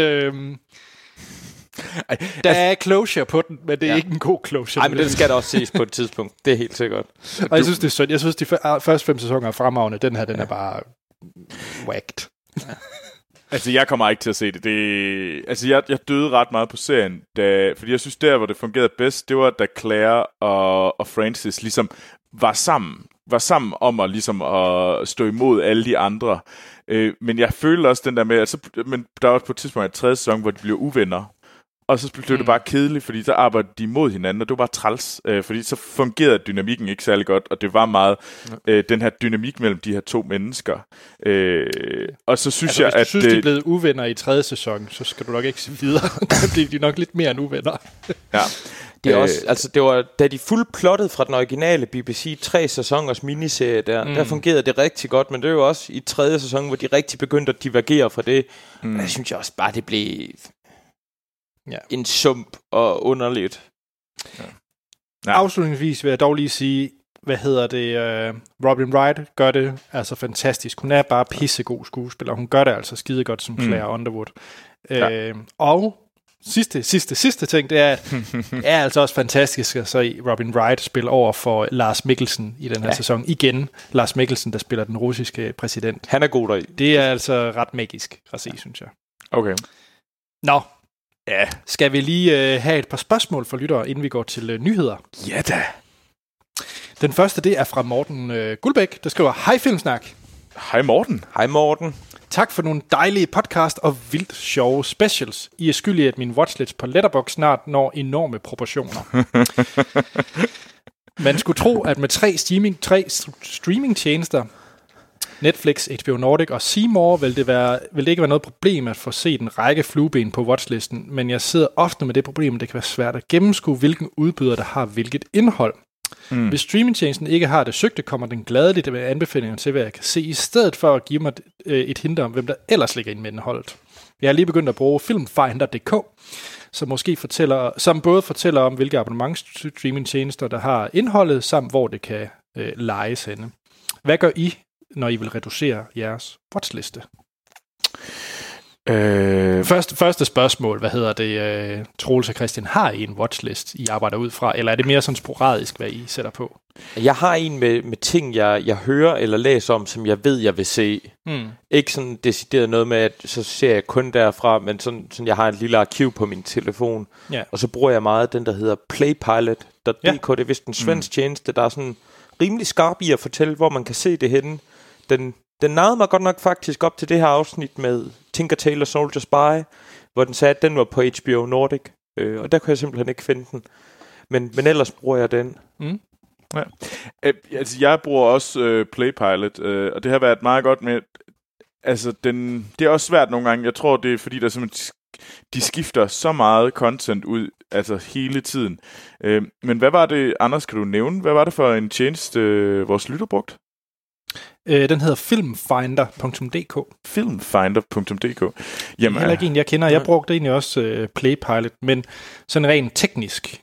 Der er closure på den, men det er ikke en god closure. Nej, men den skal da også ses på et tidspunkt. Det er helt sikkert. Og jeg synes, det er synd. Jeg synes, de første 5 sæsoner er fremragende. Den her, den er bare whacked. Altså, jeg kommer ikke til at se det. Altså, jeg døde ret meget på serien, fordi jeg synes, der, hvor det fungerede bedst, det var, da Claire og Francis ligesom var sammen om at, ligesom, at stå imod alle de andre. Men jeg følte også den der med, men der var på et tidspunkt i 3. sæson, hvor de blev uvenner. Og så blev det bare kedeligt, fordi så arbejdede de mod hinanden, og det var bare træls, fordi så fungerede dynamikken ikke særlig godt, og det var meget den her dynamik mellem de her 2 mennesker. Og så synes jeg, hvis du synes, de er blevet uvenner i 3. sæson, så skal du nok ikke se videre. Der bliver de nok lidt mere end uvenner. Ja. Det er også, altså det var, da de fuldplottet fra den originale BBC 3 sæsoners miniserie der fungerede det rigtig godt, men det er jo også i 3. sæson, hvor de rigtig begyndte at divergere fra det. Jeg synes også bare, det blev... en sump og underligt. Ja. Afslutningsvis vil jeg dog lige sige, Robin Wright gør det altså fantastisk. Hun er bare pissegod skuespiller. Hun gør det altså skide godt som Claire Underwood. Og sidste ting, det er, at det er altså også fantastisk at se Robin Wright spille over for Lars Mikkelsen i den her sæson. Igen, Lars Mikkelsen, der spiller den russiske præsident. Han er god deri. Det er altså ret magisk at se, synes jeg. Okay. Nå. Ja. Skal vi lige have et par spørgsmål for lyttere, inden vi går til nyheder? Ja da. Den første, det er fra Morten Guldbæk, der skriver, hej Filmsnak. Hej Morten. Hej Morten. Tak for nogle dejlige podcast og vildt sjove specials. I er skyldige, at min watchlist på Letterboxd snart når enorme proportioner. Man skulle tro, at med 3 streamingtjenester Netflix, HBO Nordic og C More vil det ikke være noget problem at få set en række flueben på watchlisten, men jeg sidder ofte med det problem, at det kan være svært at gennemskue, hvilken udbyder, der har hvilket indhold. Hvis streamingtjenesten ikke har det søgte, kommer den gladeligt med anbefalinger til, hvad jeg kan se, i stedet for at give mig et hint om, hvem der ellers ligger inde med indholdet. Jeg har lige begyndt at bruge filmfinder.dk, som både fortæller om, hvilke abonnementsstreamingtjenester, der har indholdet, samt hvor det kan lejes henne. Hvad gør I, når I vil reducere jeres watchliste? Første spørgsmål, hvad hedder det, Troels og Christian, har I en watchlist, I arbejder ud fra, eller er det mere sådan sporadisk, hvad I sætter på? Jeg har en med ting, jeg hører eller læser om, som jeg ved, jeg vil se. Ikke sådan decideret noget med, at så ser jeg kun derfra, men sådan jeg har et lille arkiv på min telefon, og så bruger jeg meget den, der hedder playpilot.dk. Det er vist en svensk tjeneste, der er sådan rimelig skarp i at fortælle, hvor man kan se det henne. Den navede mig godt nok faktisk op til det her afsnit med Tinker Tailor Soldier Spy, hvor den sagde, at den var på HBO Nordic. Og der kunne jeg simpelthen ikke finde den. Men ellers bruger jeg den. Ja. Altså, jeg bruger også Playpilot, og det har været meget godt med... Altså, det er også svært nogle gange. Jeg tror, det er fordi, der simpelthen... De skifter så meget content ud, altså hele tiden. Men hvad var det, Anders, kan du nævne? Hvad var det for en tjeneste, vores lytter brugt? Den hedder filmfinder.dk. Filmfinder.dk. Jamen, heller ikke en, jeg kender. Jeg brugte egentlig også Playpilot, men sådan rent teknisk,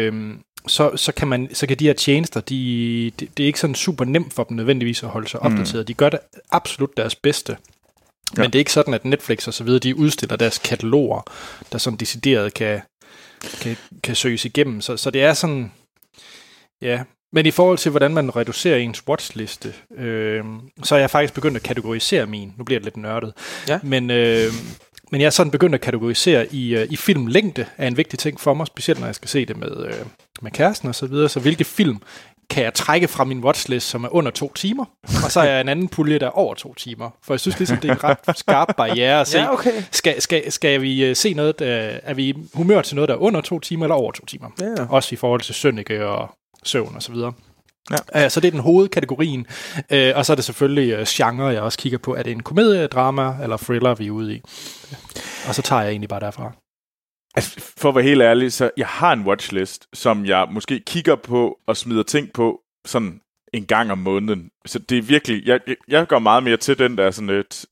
så kan de her tjenester, det er ikke sådan super nemt for dem nødvendigvis at holde sig opdateret. De gør det absolut deres bedste. Men det er ikke sådan, at Netflix og så videre, de udstiller deres kataloger, der sådan decideret kan søges igennem. Så det er sådan, ja. Men i forhold til, hvordan man reducerer ens watchliste, så er jeg faktisk begyndt at kategorisere min. Nu bliver det lidt nørdet. Ja. Men jeg er sådan begyndt at kategorisere i filmlængde er en vigtig ting for mig, specielt når jeg skal se det med kæresten og så videre. Så hvilke film kan jeg trække fra min watchlist, som er under 2 timer? Og så er jeg en anden pulje, der er over 2 timer. For jeg synes ligesom, det er en ret skarp barriere at se. Ja, okay. Skal vi se noget, er vi i humør til noget, der er under 2 timer eller over 2 timer? Ja. Også i forhold til sønneke og søvn og så videre. Ja. Så det er den hovedkategorien. Og så er det selvfølgelig genre, jeg også kigger på. Er det en komedie, drama eller thriller, vi er ude i? Og så tager jeg egentlig bare derfra. Altså, for at være helt ærlig, så jeg har en watchlist, som jeg måske kigger på og smider ting på sådan en gang om måneden. Så det er virkelig, jeg går meget mere til den der sådan lidt,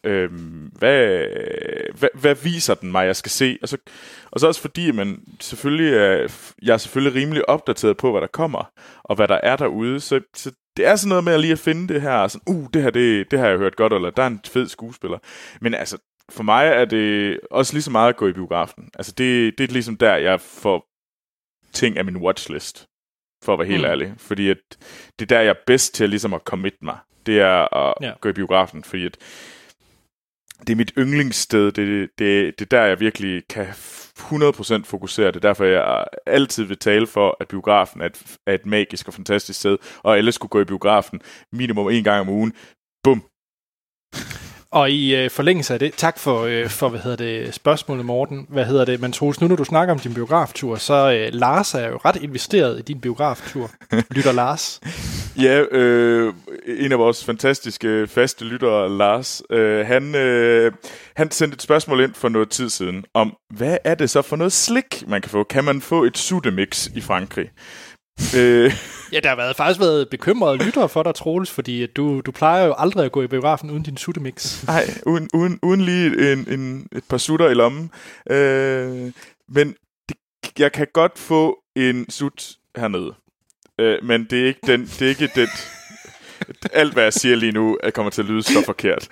hvad viser den mig, jeg skal se? Og så også fordi, jeg er selvfølgelig rimelig opdateret på, hvad der kommer, og hvad der er derude. Så det er sådan noget med at lige at finde det her, sådan, det har jeg hørt godt, eller der er en fed skuespiller. Men altså, for mig er det også lige så meget at gå i biografen. Altså, det er ligesom der, jeg får ting af min watchlist, for at være helt ærlig. Fordi at det er der, jeg er bedst til ligesom at commit mig. Det er at gå i biografen, fordi at det er mit yndlingssted. Det er der, jeg virkelig kan 100% fokusere. Det er derfor, jeg altid vil tale for, at biografen er et magisk og fantastisk sted, og alle skulle gå i biografen minimum 1 gang om ugen. Bum! Og i forlængelse af det, tak for spørgsmålet, Morten. Men Troels, nu når du snakker om din biograftur, så Lars er jo ret investeret i din biograftur. Lytter Lars? Ja, en af vores fantastiske faste lyttere, Lars, han sendte et spørgsmål ind for noget tid siden om, hvad er det så for noget slik, man kan få? Kan man få et suttemix i Frankrig? Ja, der har faktisk været bekymrede lyttere for dig, Troels, fordi du plejer jo aldrig at gå i biografen uden din suttemix. Nej, uden lige et par sutter i lommen. Men jeg kan godt få en sut hernede. Men det er ikke den. Alt, hvad jeg siger lige nu, kommer til at lyde så forkert.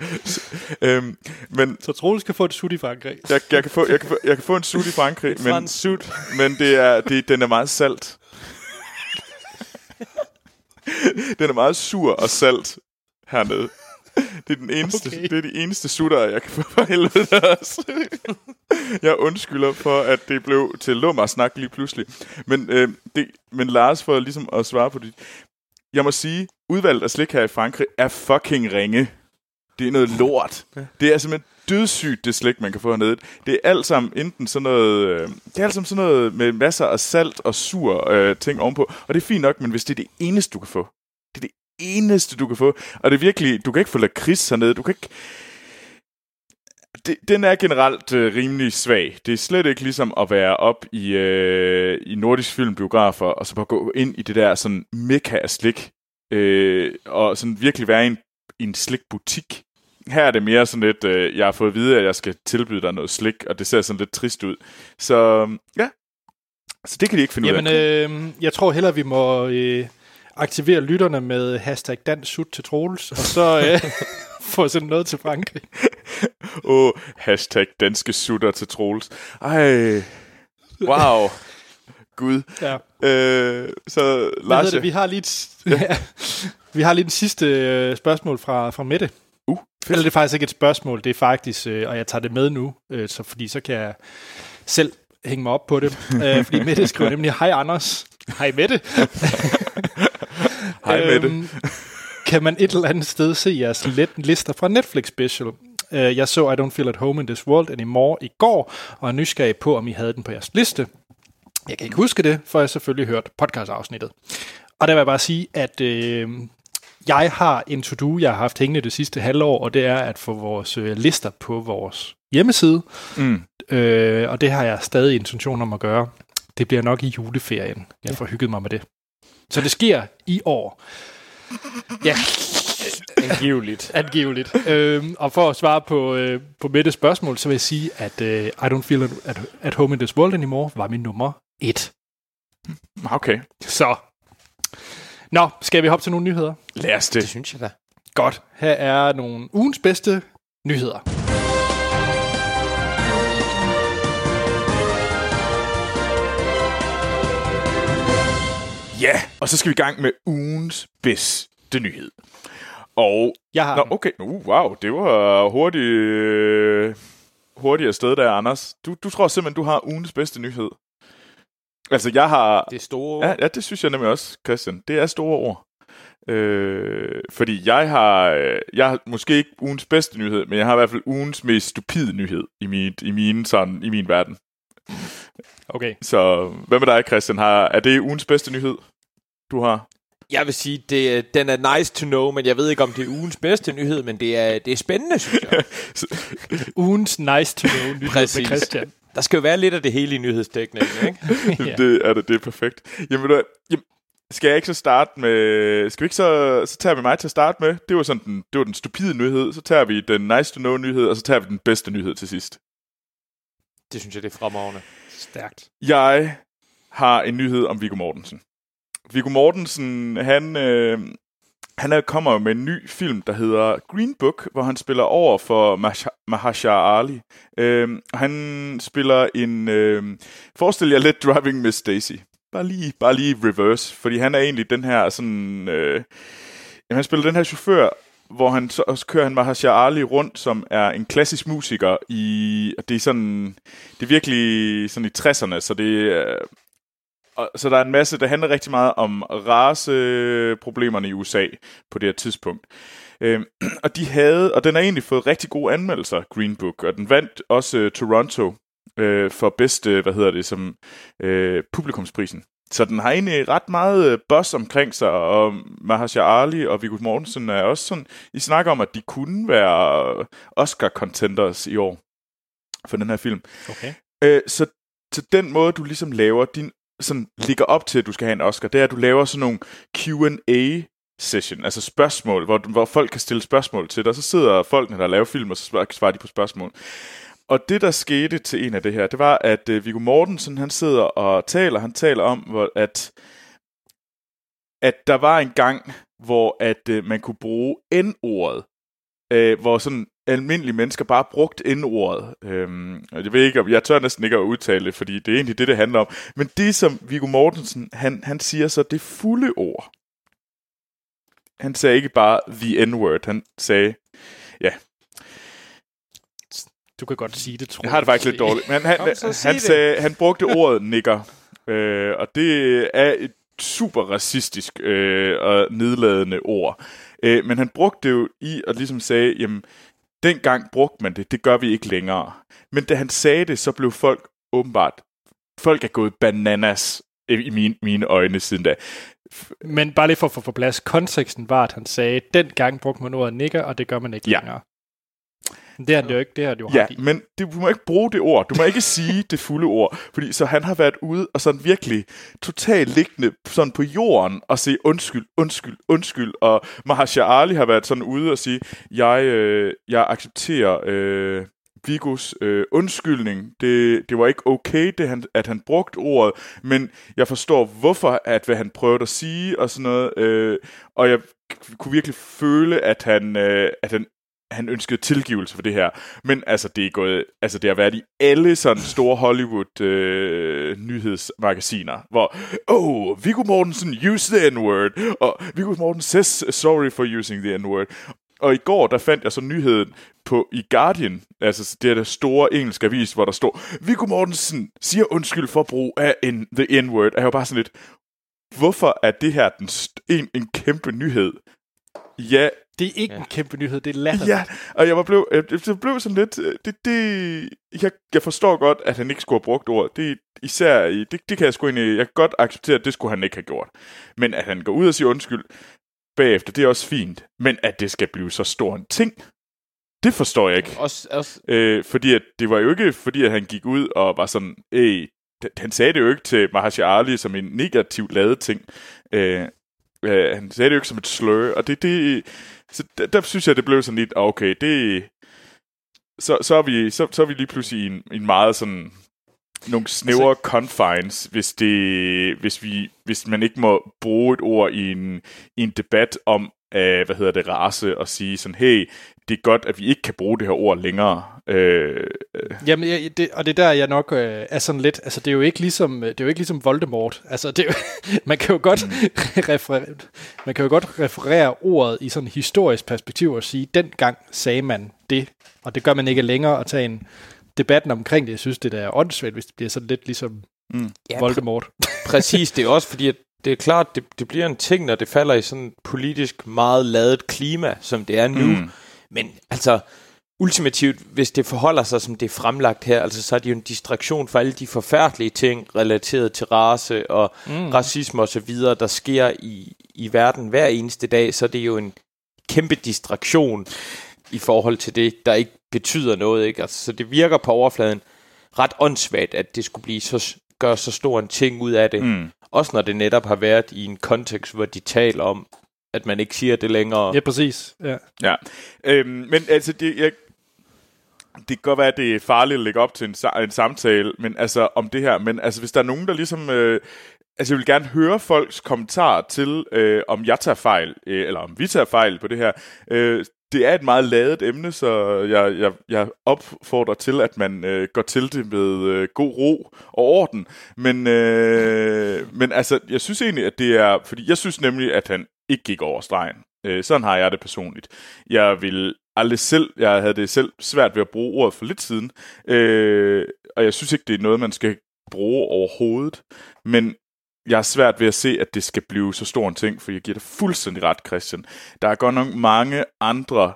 Så Troels kan få et sut i Frankrig? Jeg kan få en sut i Frankrig, men den er meget salt. Den er meget sur og salt hernede. Det er den eneste, det er de eneste sutter, jeg kan få for helvede også. Jeg undskylder for, at det blev til lummersnak lige pludselig. Men Lars, for ligesom at svare på det. Jeg må sige, udvalget af slik her i Frankrig er fucking ringe. Det er noget lort. Det er simpelthen dødssygt, det slik, man kan få hernede. Det er alt sammen enten sådan noget, med masser af salt og sur ting ovenpå. Og det er fint nok, men hvis det er det eneste, du kan få, det er det eneste, du kan få. Og det er virkelig, du kan ikke få lakrids hernede, du kan ikke... Den er generelt rimelig svag. Det er slet ikke ligesom at være op i nordisk filmbiografer, og så bare gå ind i det der sådan mekka af slik, og sådan virkelig være i en slikbutik. Her er det mere sådan lidt, jeg har fået at vide, at jeg skal tilbyde dig noget slik, og det ser sådan lidt trist ud. Så ja, så det kan de ikke finde ud af. Jeg tror hellere, vi må aktivere lytterne med #dansksut til Troels, og så få sådan noget til Frankrig. #danske sutter til Troels. Ej, wow. Gud. Ja. Så Lars, vi har lige den sidste spørgsmål fra Mette. Eller det er faktisk ikke et spørgsmål, det er faktisk, og jeg tager det med nu, fordi så kan jeg selv hænge mig op på det. Fordi Mette skriver nemlig, hej Anders. Hej Mette. Hej Mette. Kan man et eller andet sted se jeres lister fra Netflix special? Jeg så I Don't Feel at Home in This World Anymore i går, og er nysgerrig på, om I havde den på jeres liste. Jeg kan ikke huske det, for jeg har selvfølgelig hørt podcast-afsnittet. Og der vil jeg bare sige, at jeg har en to-do, jeg har haft hængende det sidste halvår, og det er at få vores lister på vores hjemmeside. Og det har jeg stadig intention om at gøre. Det bliver nok i juleferien. Jeg får hygget mig med det. Så det sker i år. Ja, angiveligt. Og for at svare på Mettes spørgsmål, så vil jeg sige, at I Don't Feel at Home in This World Anymore var min nummer 1. Okay. Så. Nå, skal vi hoppe til nogle nyheder? Lad os det. Det synes jeg da. Godt. Her er nogle ugens bedste nyheder. Ja, og så skal vi i gang med ugens bedste nyhed. Og jeg har okay. Wow, det var hurtigt afsted der, Anders. Du tror simpelthen, du har ugens bedste nyhed. Altså, jeg har... Det er store ord. Ja, det synes jeg nemlig også, Christian. Det er store ord. Fordi jeg har måske ikke ugens bedste nyhed, men jeg har i hvert fald ugens mest stupide nyhed i min verden. Okay. Så hvad med dig, Christian? Er det ugens bedste nyhed, du har? Jeg vil sige, den er nice to know, men jeg ved ikke, om det er ugens bedste nyhed, men det er spændende, synes jeg. Ugens nice to know nyhed med Christian. Der skal jo være lidt af det hele i nyhedsdækningen, ikke? Ja. Det er perfekt. Jamen, skal jeg ikke så starte med... Skal vi ikke så tager vi mig til at starte med? Det var den stupide nyhed. Så tager vi den nice to know nyhed, og så tager vi den bedste nyhed til sidst. Det synes jeg, det er fremragende. Stærkt. Jeg har en nyhed om Viggo Mortensen. Viggo Mortensen, han kommer med en ny film, der hedder Green Book, hvor han spiller over for Mahershala Ali. Han spiller en... forestil jer lidt Driving Miss Daisy. Bare lige reverse, fordi han er egentlig den her sådan... han spiller den her chauffør, hvor han så også kører Mahershala Ali rundt, som er en klassisk musiker i... Det er virkelig sådan i 60'erne, så det så der er en masse, der handler rigtig meget om raceproblemerne i USA på det her tidspunkt. Og den har egentlig fået rigtig gode anmeldelser, Green Book, og den vandt også Toronto for bedste, publikumsprisen. Så den har egentlig ret meget buzz omkring sig, og Mahershala Ali og Viggo Mortensen er også sådan, I snakker om, at de kunne være Oscar-contenders i år for den her film. Okay. Så den måde, du ligesom laver sådan ligger op til, at du skal have en Oscar, det er, at du laver sådan nogle Q&A-session, altså spørgsmål, hvor folk kan stille spørgsmål til dig, og så sidder folkene, der laver film, og så svarer de på spørgsmål. Og det, der skete til en af det her, det var, at Viggo Mortensen, han sidder og taler om, at der var en gang, hvor at man kunne bruge N-ordet, hvor sådan almindelige mennesker bare brugte N-ordet. Jeg ved ikke, jeg tør næsten ikke at udtale det, fordi det er egentlig det handler om. Men det, som Viggo Mortensen, han siger så, det fulde ord. Han sagde ikke bare the N-word, han sagde, ja. Du kan godt sige det, tror jeg. Jeg har det faktisk lidt dårligt. Men han brugte ordet nigger. Og det er et super racistisk og nedladende ord. Men han brugte det jo i at ligesom sige, jamen, dengang brugte man det gør vi ikke længere. Men da han sagde det, så blev folk er gået bananas i mine øjne siden da. Men bare lige for at få på plads, konteksten var, at han sagde, dengang brugte man ordet nigger, og det gør man ikke længere. Det er det jo ikke, det er det jo ret i. Men du må ikke bruge det ord. Du må ikke sige det fulde ord. Fordi så han har været ude og sådan virkelig totalt liggende sådan på jorden og sige undskyld. Og Mahershala Ali har været sådan ude og sige, jeg accepterer Viggos undskyldning. Det var ikke okay, at han brugte ordet, men jeg forstår, hvorfor hvad han prøvede at sige og sådan noget. Og jeg kunne virkelig føle, at han ønskede tilgivelse for det her. Men altså, det har været i alle sådan store Hollywood nyhedsmagasiner, hvor Viggo Mortensen use the N-word, og Viggo Mortensen says sorry for using the N-word. Og i går, der fandt jeg så nyheden i Guardian, altså det er der store engelske avis, hvor der står, Viggo Mortensen siger undskyld for brug af the N-word. Og jeg var bare sådan lidt, hvorfor er det her en kæmpe nyhed? Ja. Det er ikke en kæmpe nyhed, det er latterligt. Ja, og jeg blev sådan lidt, jeg forstår godt, at han ikke skulle have brugt ordet. Det kan jeg sgu egentlig, jeg kan godt acceptere, at det skulle han ikke have gjort. Men at han går ud og siger undskyld bagefter, det er også fint. Men at det skal blive så stor en ting, det forstår jeg ikke. Fordi at det var jo ikke, fordi at han gik ud og var sådan, han sagde det jo ikke til Mahershala Ali som en negativt lavet ting. Han sagde det jo ikke som et slur, og så der synes jeg, det blev sådan lidt, okay, så er vi lige pludselig i en meget sådan, nogle snævre confines, hvis man ikke må bruge et ord i en debat om, race, og sige sådan, hey, det er godt, at vi ikke kan bruge det her ord længere. Jamen, og det der, jeg nok er sådan lidt, altså det er jo ikke ligesom Voldemort. Altså man kan jo godt referere ordet i sådan et historisk perspektiv og sige, dengang sagde man det, og det gør man ikke længere at tage en debatten omkring det. Jeg synes, det der er åndssvagt, hvis det bliver sådan lidt ligesom Voldemort. Præcis, det er også fordi, at det er klart, det bliver en ting, når det falder i sådan politisk meget ladet klima, som det er nu. Men altså, ultimativt, hvis det forholder sig, som det er fremlagt her, altså så er det jo en distraktion for alle de forfærdelige ting, relateret til race og racisme og så videre, der sker i verden hver eneste dag, så er det jo en kæmpe distraktion i forhold til det, der ikke betyder noget, ikke? Altså, så det virker på overfladen ret åndssvagt, at det skulle gøre så stor en ting ud af det. Også når det netop har været i en kontekst, hvor de taler om, at man ikke siger det længere. Ja, præcis. Ja. Men altså, det kan godt være, at det er farligt at lægge op til en samtale, men altså om det her. Men altså, hvis der er nogen, der ligesom... jeg vil gerne høre folks kommentarer til, om jeg tager fejl, eller om vi tager fejl på det her. Det er et meget ladet emne, så jeg opfordrer til, at man går til det med god ro og orden. Men altså, jeg synes egentlig, at det er... Fordi jeg synes nemlig, at han ikke gik over stregen. Sådan har jeg det personligt. Jeg havde det selv svært ved at bruge ordet for lidt siden. Og jeg synes ikke, det er noget, man skal bruge overhovedet. Men jeg er svært ved at se, at det skal blive så stor en ting, for jeg giver dig fuldstændig ret, Christian. Der er godt nok mange andre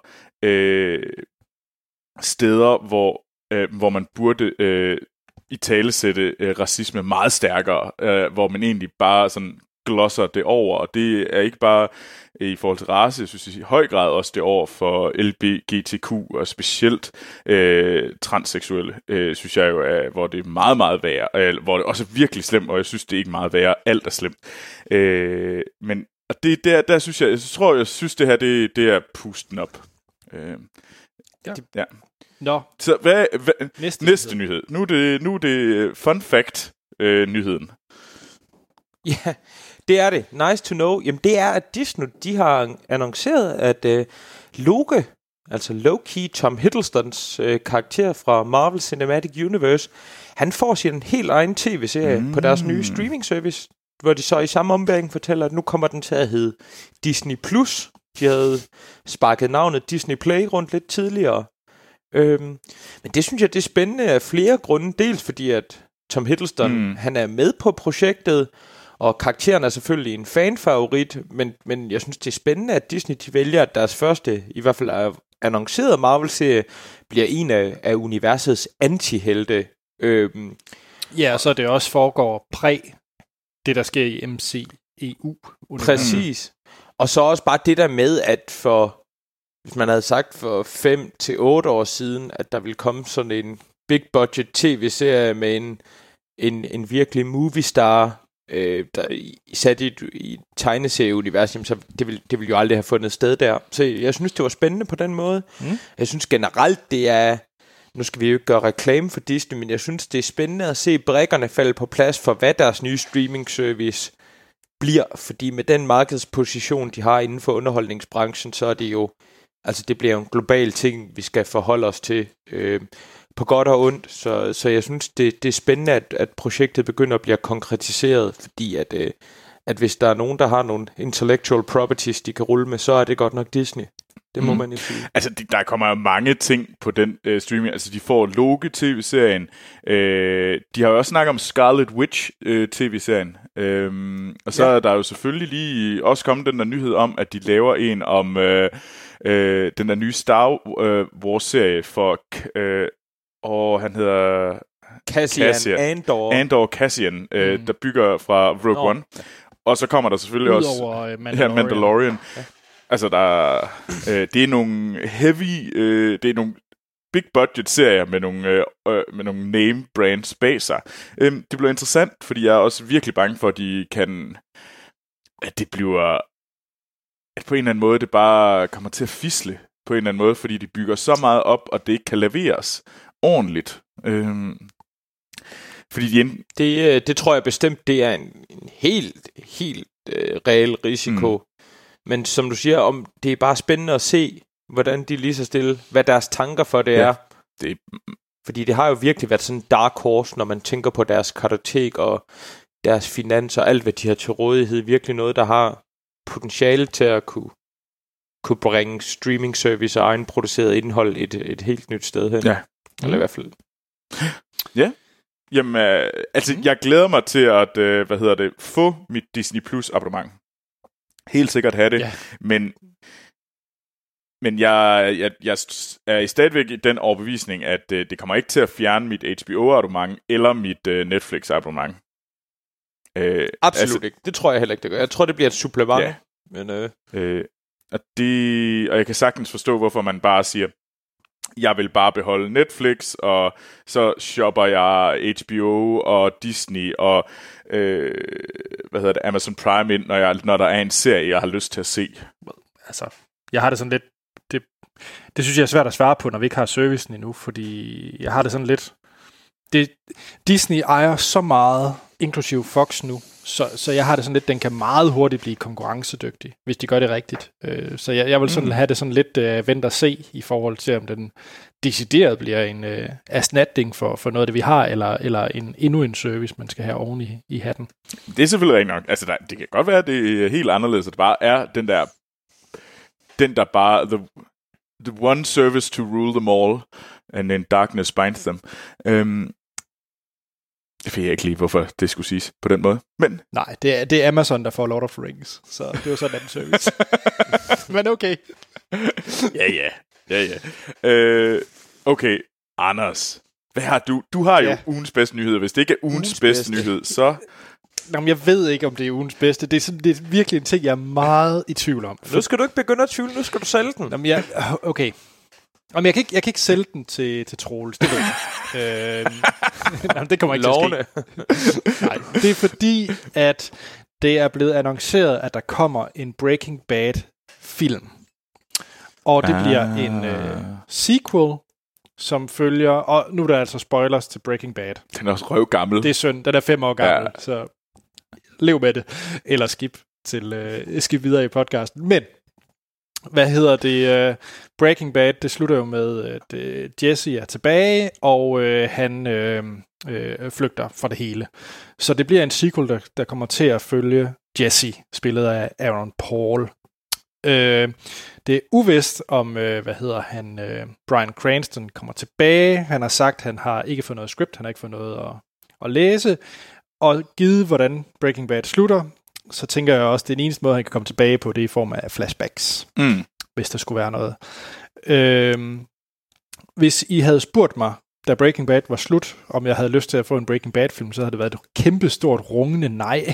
steder, hvor man burde italesætte racisme meget stærkere, hvor man egentlig bare sådan glosser det over, og det er ikke bare i forhold til race, jeg synes i høj grad også det over for LGBTQ, og specielt transseksuelle, synes jeg jo, hvor det er meget, meget værre, hvor det også er virkelig slemt, og jeg synes, det er ikke meget værre, alt er slemt. Men og det der synes jeg synes det her, det er pusten op. Ja. Nå. Så hvad næste nyhed? Nu er det fun fact nyheden. Ja, det er det. Nice to know. Jamen, det er, at Disney, de har annonceret, at Loki, altså Loki, Tom Hiddlestons karakter fra Marvel Cinematic Universe, han får sin helt egen tv-serie på deres nye streaming service, hvor de så i samme ombæring fortæller, at nu kommer den til at hedde Disney+. De havde sparket navnet Disney Play rundt lidt tidligere. Men det synes jeg, det er spændende af flere grunde. Dels fordi, at Tom Hiddleston, han er med på projektet, og karakteren er selvfølgelig en fanfavorit, men jeg synes, det er spændende, at Disney de vælger, at deres første, i hvert fald annoncerede Marvel-serie, bliver en af universets antihelte. Ja, så det også foregår det, der sker i MCEU. Præcis. Og så også bare det der med, at hvis man havde sagt for 5 til 8 år siden, at der ville komme sådan en big budget tv-serie med en virkelig movie star, der sat i et tegneserieunivers, så det ville jo aldrig have fundet sted der. Så jeg synes, det var spændende på den måde. Jeg synes generelt, det er... Nu skal vi jo ikke gøre reklame for Disney, men jeg synes, det er spændende at se brikkerne falde på plads for, hvad deres nye streaming service bliver. Fordi med den markedsposition, de har inden for underholdningsbranchen, så er det jo... Altså, det bliver jo en global ting, vi skal forholde os til på godt og ondt. Så jeg synes, det er spændende, at projektet begynder at blive konkretiseret, fordi at hvis der er nogen, der har nogle intellectual properties, de kan rulle med, så er det godt nok Disney. Det må man jo sige. Altså, der kommer jo mange ting på den streaming. Altså, de får Loki-tv-serien. De har jo også snakket om Scarlet Witch tv-serien. Og så er der jo selvfølgelig lige også kommet den der nyhed om, at de laver en om den der nye Star Wars-serie for... han hedder... Cassian. Andor Cassian, der bygger fra Rogue One. Og så kommer der selvfølgelig også Mandalorian. Ja. Altså, det er nogle heavy... det er nogle big budget serier med nogle name brands bag sig. Det bliver interessant, fordi jeg er også virkelig bange for, at de kan... At det bliver... At på en eller anden måde, det bare kommer til at fisle på en eller anden måde, fordi de bygger så meget op, og det ikke kan leveres ordentligt. Fordi det tror jeg bestemt, det er en helt reel risiko. Men som du siger, det er bare spændende at se, hvordan de lige så stille, hvad deres tanker for det er. Fordi det har jo virkelig været sådan en dark horse, når man tænker på deres kartotek og deres finanser, alt hvad de har til rådighed. Virkelig noget, der har potentiale til at kunne bringe streaming service og egenproduceret indhold et helt nyt sted hen. Ja. Eller i hvert fald. Ja. Jamen, jeg glæder mig til at, få mit Disney Plus abonnement. Helt sikkert have det. Yeah. Men jeg er stadigvæk i den overbevisning, at det kommer ikke til at fjerne mit HBO-abonnement eller mit Netflix-abonnement. Absolut ikke. Det tror jeg heller ikke, det gør. Jeg tror, det bliver et supplement. Ja. Men, og jeg kan sagtens forstå, hvorfor man bare siger, jeg vil bare beholde Netflix, og så shopper jeg HBO og Disney og Amazon Prime ind, når der er en serie, jeg har lyst til at se. Altså, jeg har det sådan lidt... Det synes jeg er svært at svare på, når vi ikke har servicen endnu, fordi jeg har det sådan lidt... Disney ejer så meget, inklusive Fox nu, så jeg har det sådan lidt, den kan meget hurtigt blive konkurrencedygtig, hvis de gør det rigtigt. Så jeg vil sådan have det sådan lidt vent og se, i forhold til, om den decideret bliver en erstatning for noget af det, vi har, eller endnu en service, man skal have oven i hatten. Det er selvfølgelig rigtig nok. Altså, det kan godt være, at det er helt anderledes, at det bare er den der bare, the one service to rule them all, and in darkness binds them. Det ved jeg ikke lige, hvorfor det skulle siges på den måde. Men nej, det er Amazon, der får Lord of the Rings, så det er jo sådan en service. Men okay. Ja. Okay, Anders. Hvad har du? Du har jo ugens bedste nyheder. Hvis det ikke er ugens bedste nyhed, så... Jamen, jeg ved ikke, om det er ugens bedste. Det er virkelig en ting, jeg er meget i tvivl om. Nu skal du ikke begynde at tvivle, nu skal du sælge den. Jamen, okay. Jamen, jeg kan ikke sælge den til Troels, det ved jeg. Jamen, det kommer ikke til at ske. Nej, det er fordi, at det er blevet annonceret, at der kommer en Breaking Bad-film. Og det bliver en sequel, som følger... Og nu er der altså spoilers til Breaking Bad. Den er også røvgammel. Det er synd. Den er 5 år gammel, så lev med det. Eller skip videre i podcasten. Men... Hvad hedder det? Breaking Bad, det slutter jo med, at Jesse er tilbage, og han flygter fra det hele. Så det bliver en sequel, der kommer til at følge Jesse, spillet af Aaron Paul. Det er uvist om, Bryan Cranston kommer tilbage. Han har sagt, at han har ikke fået noget script, han har ikke fået noget at læse. Og givet, hvordan Breaking Bad slutter, så tænker jeg også, at den eneste måde, han kan komme tilbage på, det er i form af flashbacks, hvis der skulle være noget. Hvis I havde spurgt mig da Breaking Bad var slut, om jeg havde lyst til at få en Breaking Bad-film, så havde det været et kæmpestort rungende nej.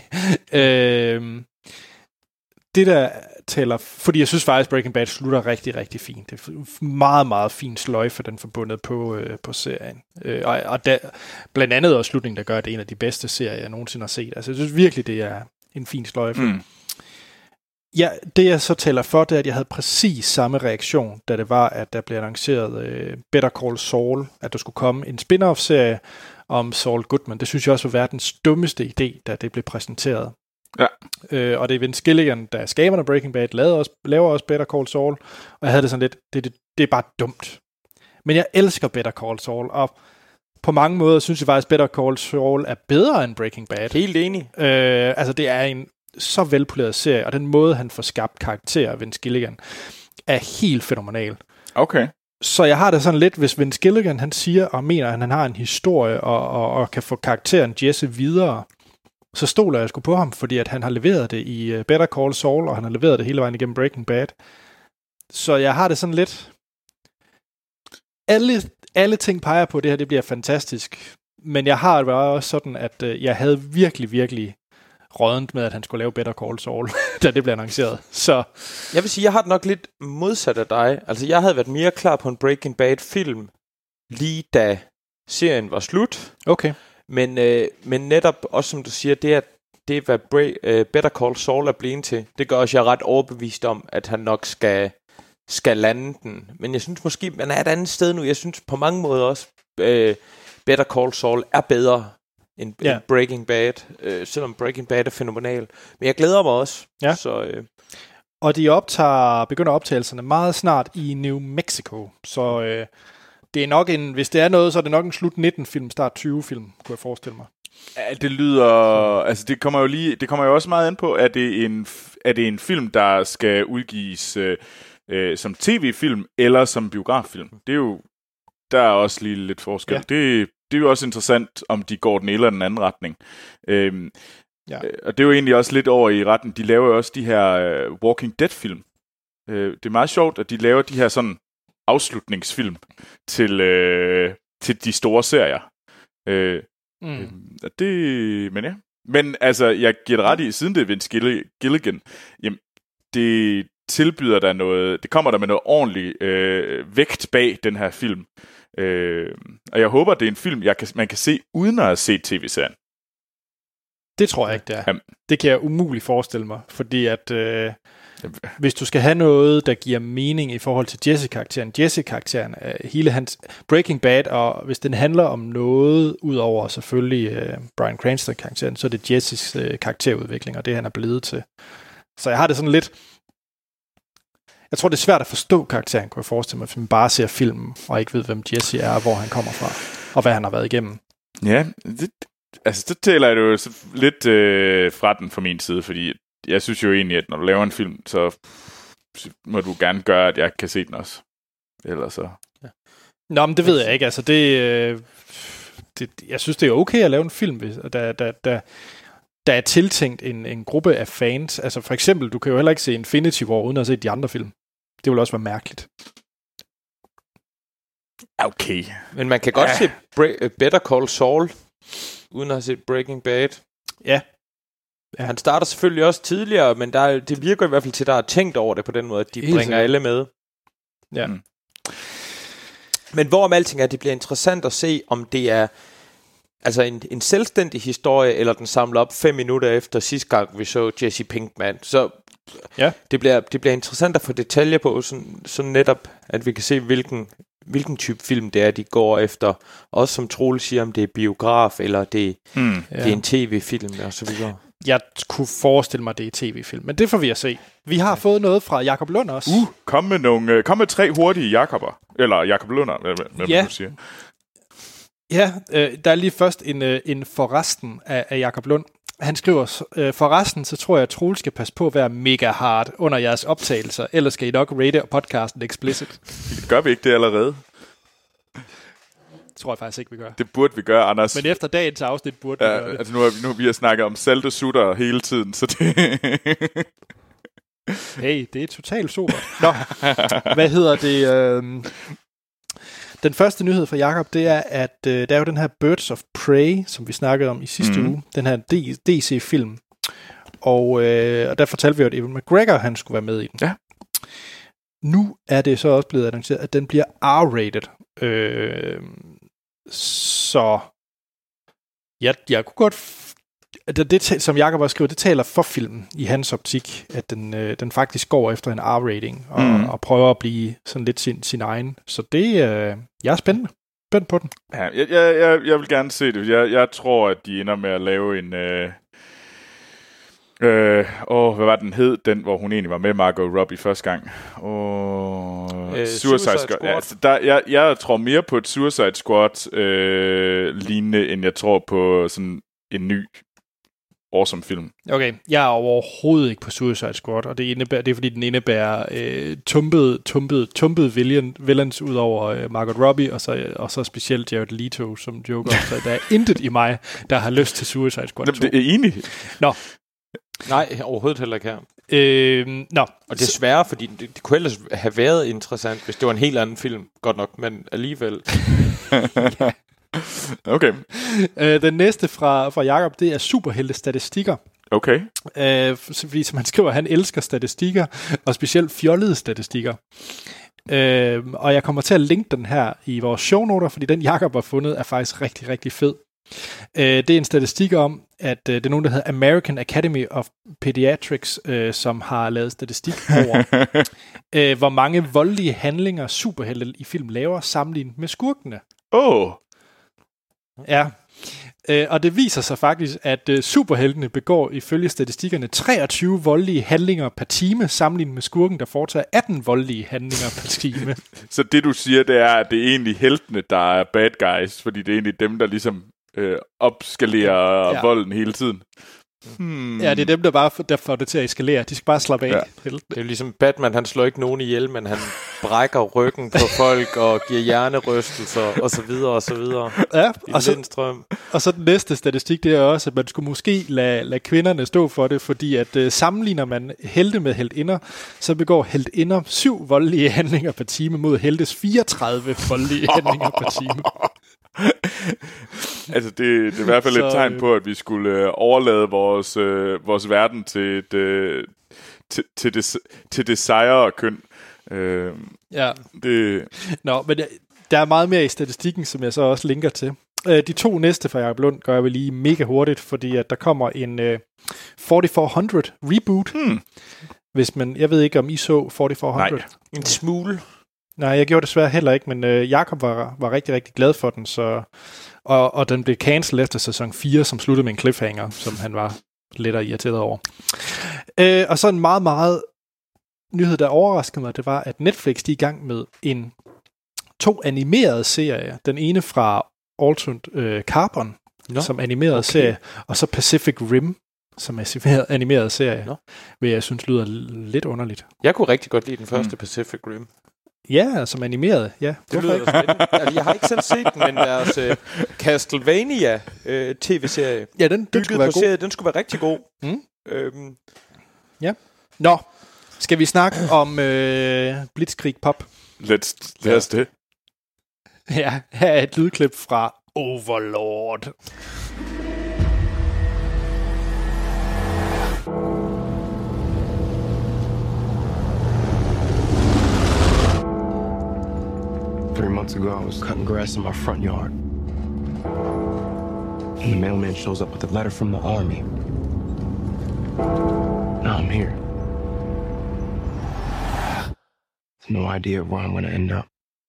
Det der taler, fordi jeg synes faktisk, Breaking Bad slutter rigtig, rigtig fint. Det er meget, meget fin sløjfe, den forbundet på serien. Og der, blandt andet også slutningen, der gør, at det er en af de bedste serier, jeg nogensinde har set. Altså, jeg synes virkelig, det er en fin sløjfe. Ja, det jeg så taler for, det er, at jeg havde præcis samme reaktion, da det var, at der blev annonceret Better Call Saul, at der skulle komme en spin-off-serie om Saul Goodman. Det synes jeg også var verdens dummeste idé, da det blev præsenteret. Ja. Og det er Vince Gilligan, der er skaberne af Breaking Bad, laver også Better Call Saul, og jeg havde det sådan lidt, det er bare dumt. Men jeg elsker Better Call Saul, og på mange måder synes jeg faktisk, Better Call Saul er bedre end Breaking Bad. Helt enig. Altså det er en så velpoleret serie, og den måde, han får skabt karakterer, Vince Gilligan, er helt fænomenal. Okay. Så jeg har det sådan lidt, hvis Vince Gilligan, han siger og mener, at han har en historie, og kan få karakteren Jesse videre, så stoler jeg sgu på ham, fordi at han har leveret det i Better Call Saul, og han har leveret det hele vejen igennem Breaking Bad. Så jeg har det sådan lidt... Alle ting peger på, at det her det bliver fantastisk, men jeg har det også sådan, at jeg havde virkelig, virkelig rådent med, at han skulle lave Better Call Saul, da det blev annonceret. Så jeg vil sige, jeg har det nok lidt modsat af dig. Altså, jeg havde været mere klar på en Breaking Bad-film, lige da serien var slut. Okay. Men netop også, som du siger, det er hvad Better Call Saul er blevet til. Det gør også, jeg er ret overbevist om, at han nok skal lande den. Men jeg synes måske, man er et andet sted nu. Jeg synes på mange måder også, Better Call Saul er bedre end Breaking Bad, selvom Breaking Bad er fænomenal. Men jeg glæder mig også. Ja. Så, og de begynder optagelserne meget snart i New Mexico. Så det er nok hvis det er noget, så er det nok en slut 19-film, start 20-film, kunne jeg forestille mig. Ja, det lyder... Altså, det kommer jo også meget an på, at det er en film, der skal udgives som tv-film eller som biografilm. Det er jo... Der er også lige lidt forskel. Ja. Det er jo også interessant, om de går den ene eller den anden retning. Og det er jo egentlig også lidt over i retten. De laver jo også de her Walking Dead-film. Det er meget sjovt, at de laver de her sådan afslutningsfilm til de store serier. Men ja. Men altså, jeg giver det ret i, siden det er Vince Gilligan, jamen, det tilbyder der noget, det kommer der med noget ordentligt vægt bag den her film. Og jeg håber, det er en film, man kan se, uden at have set tv-serien. Det tror jeg ikke, det er. Jamen. Det kan jeg umuligt forestille mig, fordi at hvis du skal have noget, der giver mening i forhold til Jesse-karakteren, hele hans Breaking Bad, og hvis den handler om noget, udover selvfølgelig Bryan Cranston-karakteren, så er det Jesses karakterudvikling, og det han er blevet til. Så jeg har det sådan lidt... Jeg tror, det er svært at forstå karakteren, kunne jeg forestille mig, hvis man bare ser filmen, og ikke ved, hvem Jesse er, hvor han kommer fra, og hvad han har været igennem. Ja, det taler jeg jo lidt fra den fra min side, fordi jeg synes jo egentlig, at når du laver en film, så må du gerne gøre, at jeg kan se den også. Ellers så... Ja. Nå, men det ved jeg ikke. Altså, jeg synes, det er okay at lave en film, der er tiltænkt en gruppe af fans. Altså for eksempel, du kan jo heller ikke se Infinity War, uden at se de andre film. Det vil også være mærkeligt. Okay. Men man kan godt se Better Call Saul, uden at have set Breaking Bad. Ja. Han starter selvfølgelig også tidligere, men det virker i hvert fald til, at der er tænkt over det på den måde, at de bringer alle med. Ja. Men hvorom alting er, det bliver interessant at se, om det er altså en selvstændig historie, eller den samler op 5 minutter efter sidste gang, vi så Jesse Pinkman. Så det bliver interessant at få detaljer på, så netop, at vi kan se, hvilken type film det er, de går efter. Også som Troel siger, om det er biograf, eller det er en tv-film, og så videre. Jeg kunne forestille mig, det er tv-film, men det får vi at se. Vi har fået noget fra Jakob Lund også. Kom med 3 hurtige Jakober. Eller Jakob Lunder, hvad du siger. Ja, der er lige først en forresten af Jakob Lund. Han skriver, forresten, så tror jeg, at Troel skal passe på at være mega hard under jeres optagelser, ellers skal I nok rate podcasten explicit. Gør vi ikke det allerede? Det tror jeg faktisk ikke, vi gør. Det burde vi gøre, Anders. Men efter dagens afsnit burde vi gøre det. Altså nu har vi snakket om salte sutter hele tiden, så det... Hey, det er totalt super. Nå, hvad hedder det? Den første nyhed fra Jakob, det er, at der er jo den her Birds of Prey, som vi snakkede om i sidste uge. Den her DC-film. Og der fortalte vi jo, at Ewan McGregor, han skulle være med i den. Ja. Nu er det så også blevet annonceret, at den bliver R-rated. Så jeg kunne godt... Det, som Jakob også skriver, det taler for filmen i hans optik, at den faktisk går efter en R-rating og prøver at blive sådan lidt sin egen. Så det jeg er spændt på den. Ja, jeg vil gerne se det. Jeg tror, at de ender med at lave en... hvad var den hed? Den, hvor hun egentlig var med Margot Robbie første gang. Suicide Squad. Ja, altså jeg tror mere på et Suicide Squad lignende, end jeg tror på sådan en ny awesome film. Okay, jeg er overhovedet ikke på Suicide Squad, og det er fordi den indebærer tumpet villains ud over Margot Robbie, og så specielt Jared Leto som Joker. Så der er intet i mig, der har lyst til Suicide Squad 2. Det er enig. Nå. Nej, overhovedet heller ikke her. Nå. Og desværre, fordi det kunne ellers have været interessant, hvis det var en helt anden film, godt nok, men alligevel. Okay. Den næste fra Jakob, det er superheltestatistikker. Okay. Fordi som han skriver, han elsker statistikker, og specielt fjollede statistikker. Og jeg kommer til at linke den her i vores shownoter, fordi den Jakob har fundet er faktisk rigtig, rigtig fed. Det er en statistik om, at det er nogen, der hedder American Academy of Pediatrics, som har lavet statistik over, hvor mange voldelige handlinger superhelte i film laver sammenlignet med skurkene. Ja, og det viser sig faktisk, at superheltene begår ifølge statistikkerne 23 voldelige handlinger per time, sammenlignet med skurken, der foretager 18 voldelige handlinger per time. Så det du siger, det er, at det er egentlig heltene, der er bad guys, fordi det er egentlig dem, der ligesom opskalerer volden hele tiden. Ja, det er dem, der får det til at eskalere. De skal bare slappe af. Ja. Det er jo ligesom Batman, han slår ikke nogen ihjel, men han brækker ryggen på folk og giver hjernerystelser og så videre og så videre. Ja, og så den næste statistik, det er også, at man skulle måske lade kvinderne stå for det, fordi at sammenligner man helte med heltinder, så begår heltinder 7 voldelige handlinger per time mod heltes 34 voldelige handlinger per time. Altså det er i hvert fald et tegn på, at vi skulle overlade vores verden til det sejre køn. Ja. Nå, men der er meget mere i statistikken, som jeg så også linker til. De 2 næste fra Jacob Lund gør jeg vel lige mega hurtigt, fordi at der kommer en 4400 reboot. Hvis man, jeg ved ikke, om I så 4400. Nej, en smule. Nej, jeg gjorde det desværre heller ikke, men Jakob var rigtig, rigtig glad for den, så og den blev cancelled efter sæson 4, som sluttede med en cliffhanger, som han var lidt irriteret over. Og så en meget, meget nyhed, der overraskede mig, det var, at Netflix de er i gang med 2 animerede serier. Den ene fra Altered Carbon, som animeret serie, og så Pacific Rim, som er animeret serie, vil jeg synes lyder lidt underligt. Jeg kunne rigtig godt lide den første Pacific Rim. Ja, som animeret, ja. Det lyder spændende. Altså, jeg har ikke selv set den, men deres Castlevania tv-serie, ja, den skulle være god. Den skulle være rigtig god. Ja. Nå, skal vi snakke om Blitzkrieg Pop? Lad os det. Ja, her er et lydklip fra Overlord. Months ago, I was cutting grass in my front yard. And the mailman shows up with a letter from the army. Now I'm here. No idea where I'm going to end up.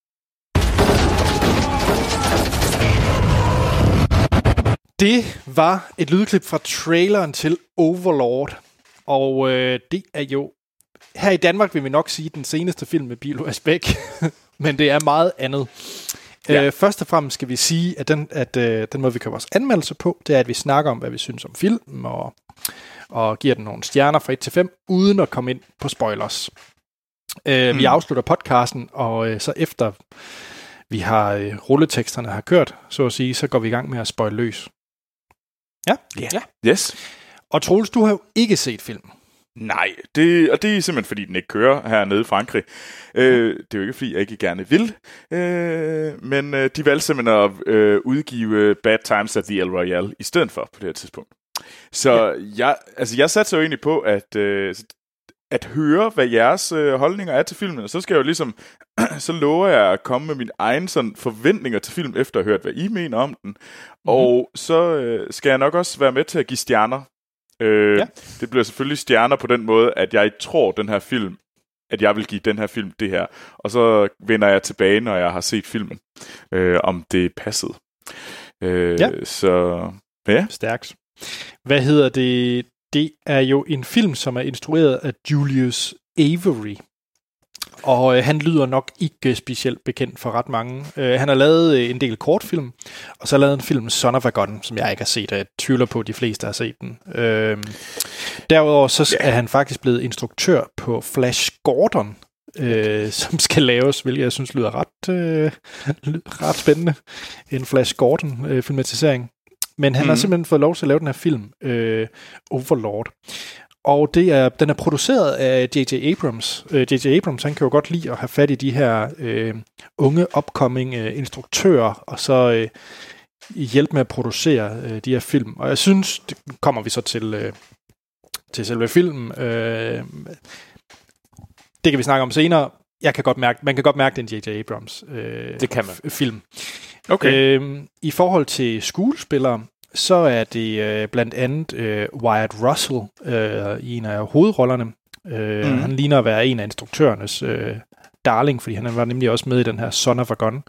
Det var et lydklip fra traileren til Overlord. Og det er jo... Her i Danmark vil vi nok sige den seneste film med Bilo Asbæk. Men det er meget andet. Ja. Først og fremmest skal vi sige, at den måde, vi kan vores anmeldelse på, det er, at vi snakker om, hvad vi synes om film, og giver den nogle stjerner fra 1 til 5, uden at komme ind på spoilers. Vi afslutter podcasten, og så efter vi har rulleteksterne har kørt, så at sige, så går vi i gang med at spoil løs. Ja? Yes. Og Troels, du har jo ikke set filmen. Nej, det er simpelthen fordi, den ikke kører hernede i Frankrig. Det er jo ikke fordi, jeg ikke gerne vil, men de valgte simpelthen at udgive Bad Times at the El Royale i stedet for på det her tidspunkt. Så jeg satte jo egentlig på at høre, hvad jeres holdninger er til filmen, og så skal jeg jo ligesom, så lover jeg at komme med mine egne sådan forventninger til film, efter at have hørt, hvad I mener om den. Og så skal jeg nok også være med til at give stjerner. Det bliver selvfølgelig stjerner på den måde, at jeg tror den her film, at jeg vil give den her film det her. Og så vender jeg tilbage, når jeg har set filmen, om det passede. Så ja. Stærkt. Hvad hedder det? Det er jo en film, som er instrueret af Julius Avery. Og han lyder nok ikke specielt bekendt for ret mange. Han har lavet en del kortfilm, og så har lavet en film, Son of a Gun, som jeg ikke har set, og jeg tvivler på, at de fleste har set den. Derudover så er han faktisk blevet instruktør på Flash Gordon, som skal laves, hvilket jeg synes lyder ret spændende. En Flash Gordon-filmatisering. Men han har simpelthen fået lov til at lave den her film, Overlord. Og den er produceret af J.J. Abrams. J.J. Abrams, han kan jo godt lide at have fat i de her unge, upcoming instruktører, og så hjælpe med at producere de her film. Og jeg synes, det kommer vi så til selve filmen. Det kan vi snakke om senere. Man kan godt mærke, det er en J.J. Abrams det kan man. Film. Okay. I forhold til skuespillere, så er det blandt andet Wyatt Russell i en af hovedrollerne. Han ligner at være en af instruktørernes darling, fordi han var nemlig også med i den her Son of a Gun.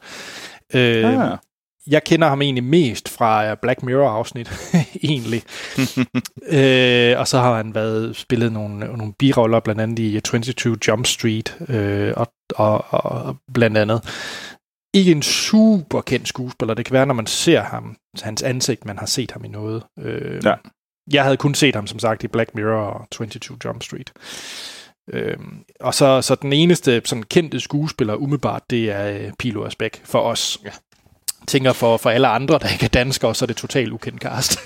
Jeg kender ham egentlig mest fra Black Mirror-afsnit, egentlig. Og så har han spillet nogle biroller, blandt andet i 22 Jump Street, og blandt andet. Ikke en super kendt skuespiller. Det kan være, når man ser ham, hans ansigt, man har set ham i noget. Jeg havde kun set ham, som sagt, i Black Mirror og 22 Jump Street. Og så den eneste sådan kendte skuespiller umiddelbart, det er Pilo Asbæk for os. Ja. Tænker for alle andre, der ikke er danskere, så er det totalt ukendt cast.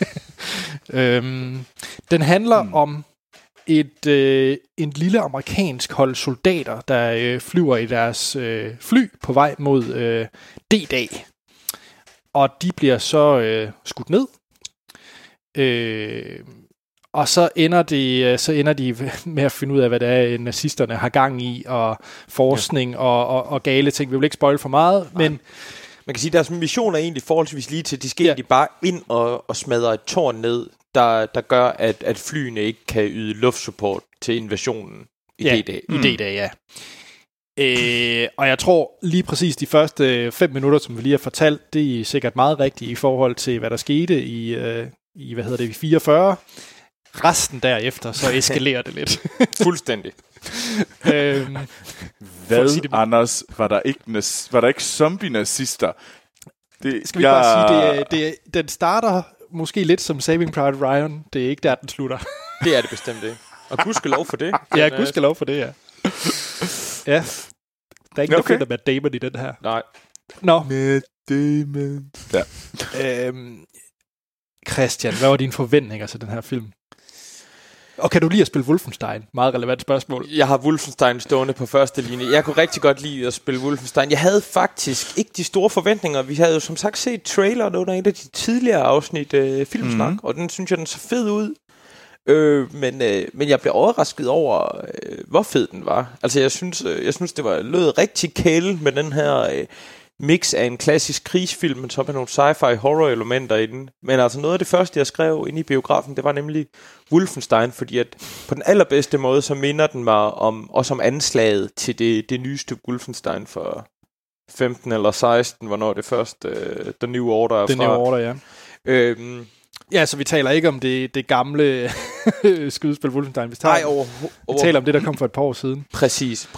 Den handler om en lille amerikansk hold soldater, der flyver i deres fly på vej mod D-dag. Og de bliver så skudt ned. Og så ender de med at finde ud af, hvad det er, nazisterne har gang i, og forskning og gale ting. Vi vil ikke spoil for meget, men man kan sige, at deres mission er egentlig forholdsvis lige til, de skal egentlig bare ind og smadre et tårn ned, der gør, at flyene ikke kan yde luftsupport til invasionen i D-dag. I D-dag, ja. Og jeg tror lige præcis de første 5 minutter, som vi lige har fortalt, det er sikkert meget rigtigt i forhold til, hvad der skete i 44. Resten derefter, så eskalerer det lidt. Fuldstændig. Hvad, Anders? Var der ikke zombie-nazister? Skal vi bare sige, den starter måske lidt som Saving Private Ryan. Det er ikke der, den slutter. Det er det bestemt ikke. Og gudskelov for det. Ja, gudskelov for det, ja. Ja. Der er ikke der finder Matt Damon i den her. Nej. Nå. Matt Damon. Ja. Christian, hvad var dine forventninger til den her film? Og kan du lide at spille Wolfenstein? Meget relevant spørgsmål. Jeg har Wolfenstein stående på første linje. Jeg kunne rigtig godt lide at spille Wolfenstein. Jeg havde faktisk ikke de store forventninger. Vi havde jo som sagt set traileren under en af de tidligere afsnit Filmsnak, og den synes jeg, den så fed ud. Men jeg blev overrasket over, hvor fed den var. Altså jeg synes det lød rigtig kæle med den her mix af en klassisk krigsfilm, men så med nogle sci-fi horror elementer i den. Men altså noget af det første, jeg skrev inde i biografen, det var nemlig Wolfenstein, fordi at på den allerbedste måde, så minder den mig om anslaget til det nyeste Wolfenstein for 15 eller 16, hvornår det første The New Order er fra. The New Order, ja. Ja, så vi taler ikke om det gamle skydespil Wolfenstein. Vi taler om det, der kom for et par år siden. Præcis.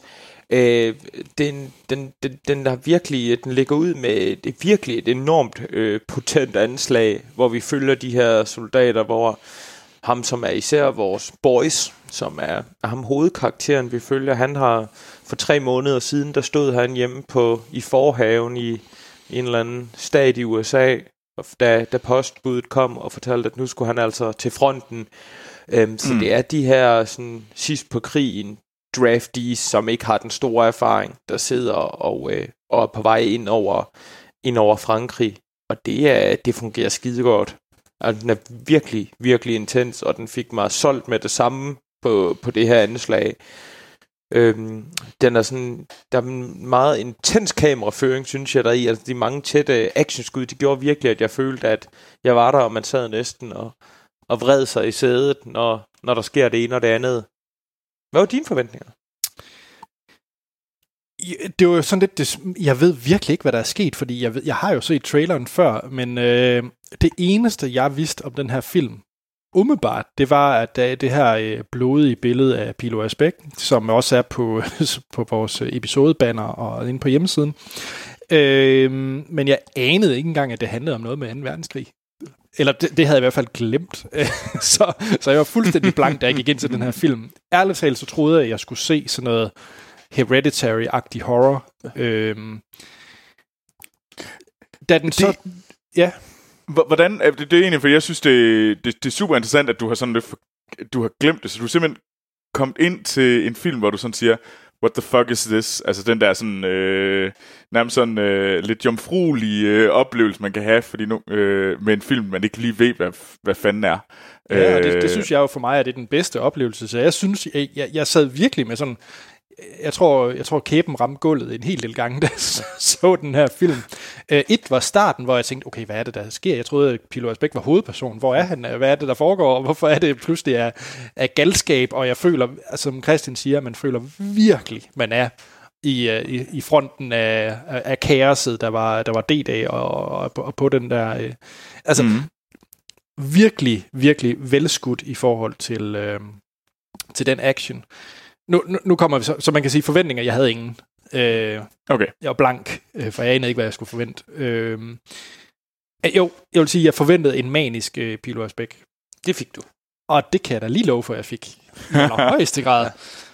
Den har virkelig, den ligger ud med virkelig et enormt potent anslag, hvor vi følger de her soldater, hvor ham, som er især vores boys, som er ham hovedkarakteren, vi følger, han har for 3 måneder siden, der stod han hjemme i forhaven i en eller anden stat i USA, da postbuddet kom og fortalte, at nu skulle han altså til fronten. Så det er de her sådan, sidst på krigen draftees, som ikke har den store erfaring, der sidder og er på vej ind over Frankrig. Og det fungerer skide godt. Altså, den er virkelig, virkelig intens, og den fik mig solgt med det samme på det her anslag. Den er sådan, der er en meget intens kameraføring, synes jeg, der i. Altså, de mange tætte actionskud, de gjorde virkelig, at jeg følte, at jeg var der, og man sad næsten og vred sig i sædet, når der sker det ene og det andet. Hvad var dine forventninger? Det var jo sådan lidt, jeg ved virkelig ikke, hvad der er sket, fordi jeg har jo set traileren før, men det eneste, jeg vidste om den her film, umiddelbart, det var, at det her blodige billede af Pilo Asbæk, som også er på vores episodebanner og inde på hjemmesiden. Men jeg anede ikke engang, at det handlede om noget med 2. verdenskrig. Eller det havde jeg i hvert fald glemt. så jeg var fuldstændig blank, da jeg gik ind til den her film. Ærligt talt, så troede jeg, at jeg skulle se sådan noget Hereditary-agtig horror. Da den så... Ja. Hvordan, det er egentlig, for jeg synes, det er super interessant, at du har sådan lidt, du har glemt det, så du er simpelthen kommet ind til en film, hvor du sådan siger, what the fuck is this? Altså den der sådan, nærmest sådan lidt jomfruelige oplevelse, man kan have, fordi med en film, man ikke lige ved, hvad fanden er. Ja, og det synes jeg jo for mig, at det er den bedste oplevelse, så jeg synes, jeg sad virkelig med sådan, jeg tror kæben ramte gulvet en hel del gange, da jeg så den her film. Et var starten, hvor jeg tænkte, okay, hvad er det, der sker? Jeg troede, at Pilo Asbæk var hovedperson. Hvor er han? Hvad er det, der foregår? Og hvorfor er det pludselig af galskab? Og jeg føler, som Christian siger, man føler virkelig, man er i fronten af kaoset, der var D-dag og på den der... virkelig, virkelig velskudt i forhold til den action. Nu kommer vi så man kan sige forventninger. Jeg havde ingen. Okay. Jeg var blank, for jeg anede ikke, hvad jeg skulle forvente. Jeg vil sige, at jeg forventede en manisk Pilo Asbæk. Det fik du. Og det kan jeg da lige love for, jeg fik. I højeste grad.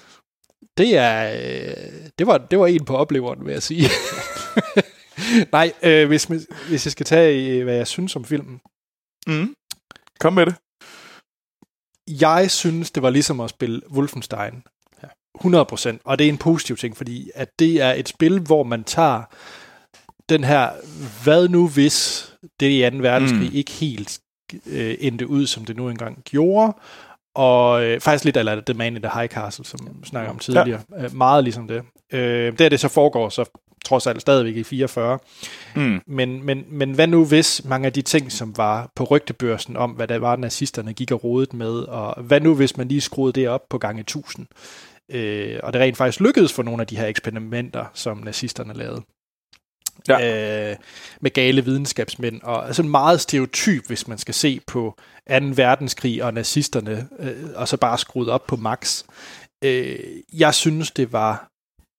Det var en på opleveren, vil jeg sige. Nej, hvis jeg skal tage, hvad jeg synes om filmen. Kom med det. Jeg synes, det var ligesom at spille Wolfenstein. 100%. Og det er en positiv ting, fordi at det er et spil, hvor man tager den her, hvad nu hvis det i 2. verdenskrig ikke helt endte ud, som det nu engang gjorde. Og faktisk lidt eller The Man in the High Castle, som vi snakker om tidligere. Meget ligesom det. Det så foregår så trods alt stadigvæk i 44. Men hvad nu hvis mange af de ting, som var på rygtebørsen om, hvad der var, nazisterne gik og rodet med, og hvad nu hvis man lige skruede det op på gange 1000? Og det rent faktisk lykkedes for nogle af de her eksperimenter, som nazisterne lavede. Med gale videnskabsmænd, og altså meget stereotyp, hvis man skal se på 2. verdenskrig og nazisterne, og så bare skruet op på max. Jeg synes, det var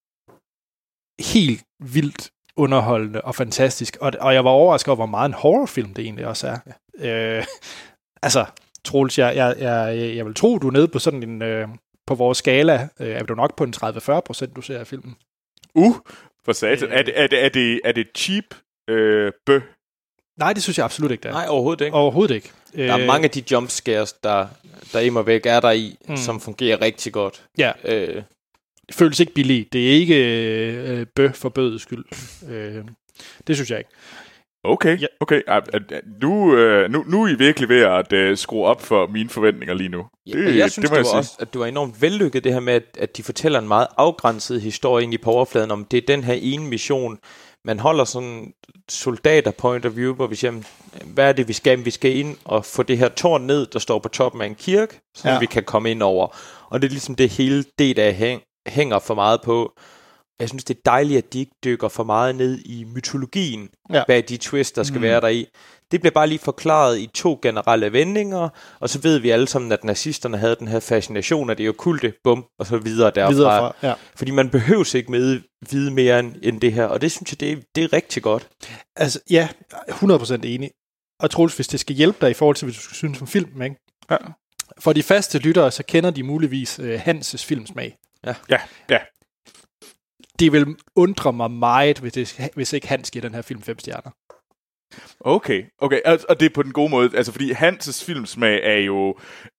helt vildt underholdende og fantastisk, og jeg var overrasket over, hvor meget en horrorfilm det egentlig også er. Altså, Troels, jeg vil tro, du er nede på sådan en... på vores skala er du nok på en 30-40%, du ser af filmen. For satan. Er det cheap bøh? Nej, det synes jeg absolut ikke, det er. Nej, overhovedet ikke. Overhovedet ikke. Der er mange af de jumpscares, der immer væk er der i, som fungerer rigtig godt. Ja. Det føles ikke billigt. Det er ikke bøh for bødets skyld. Det synes jeg ikke. Okay. Nu er I virkelig ved at skrue op for mine forventninger lige nu. Jeg synes, det var også, at du var enormt vellykket, det her med, at de fortæller en meget afgrænset historie ind i på overfladen, om det er den her ene mission. Man holder sådan soldater point of view, hvor vi siger, hvad er det, vi skal? Vi skal ind og få det her tårn ned, der står på toppen af en kirke, så vi kan komme ind over. Og det er ligesom det hele det, der hænger for meget på. Jeg synes, det er dejligt, at de ikke dykker for meget ned i mytologien bag de twists, der skal være der i. Det bliver bare lige forklaret i 2 generelle vendinger, og så ved vi alle sammen, at nazisterne havde den her fascination af det okkulte, bum, og så videre derfra. Fordi man behøver ikke vide mere end det her, og det synes jeg, det er rigtig godt. Altså, ja, 100% enig. Og Troels, hvis det skal hjælpe dig i forhold til, hvis du skal synes om filmen, ikke? Ja. For de faste lyttere, så kender de muligvis Hans' filmsmag. Ja. Det vil undre mig meget, hvis ikke Hans giver den her film 5 stjerner. Okay, og det er på den gode måde, altså fordi Hans' filmsmag er jo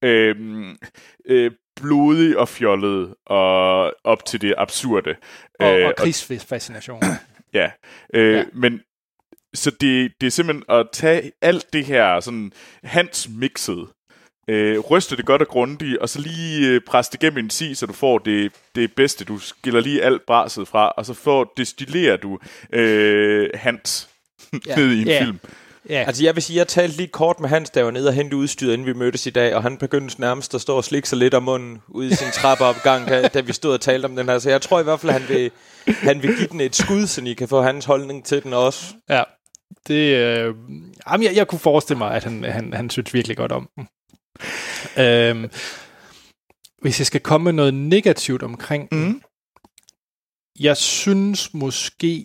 blodig og fjollet og op til det absurde. Og krigsfascination. Ja, men så det er simpelthen at tage alt det her sådan Hans mixet, ryste det godt og grundigt, og så lige presse det gennem en si, så du får det bedste. Du skiller lige alt braset fra, og så destillerer du Hans ned i en film. Ja. Altså jeg vil sige, jeg talte lige kort med Hans, der var nede og hente udstyret, inden vi mødtes i dag, og han begyndte nærmest at stå og slikke sig lidt om munden ude i sin trappeopgang, da vi stod og talte om den her. Så jeg tror i hvert fald, han vil give den et skud, så I kan få hans holdning til den også. Ja, det, jeg kunne forestille mig, at han synes virkelig godt om den. Hvis jeg skal komme med noget negativt omkring den, jeg synes måske,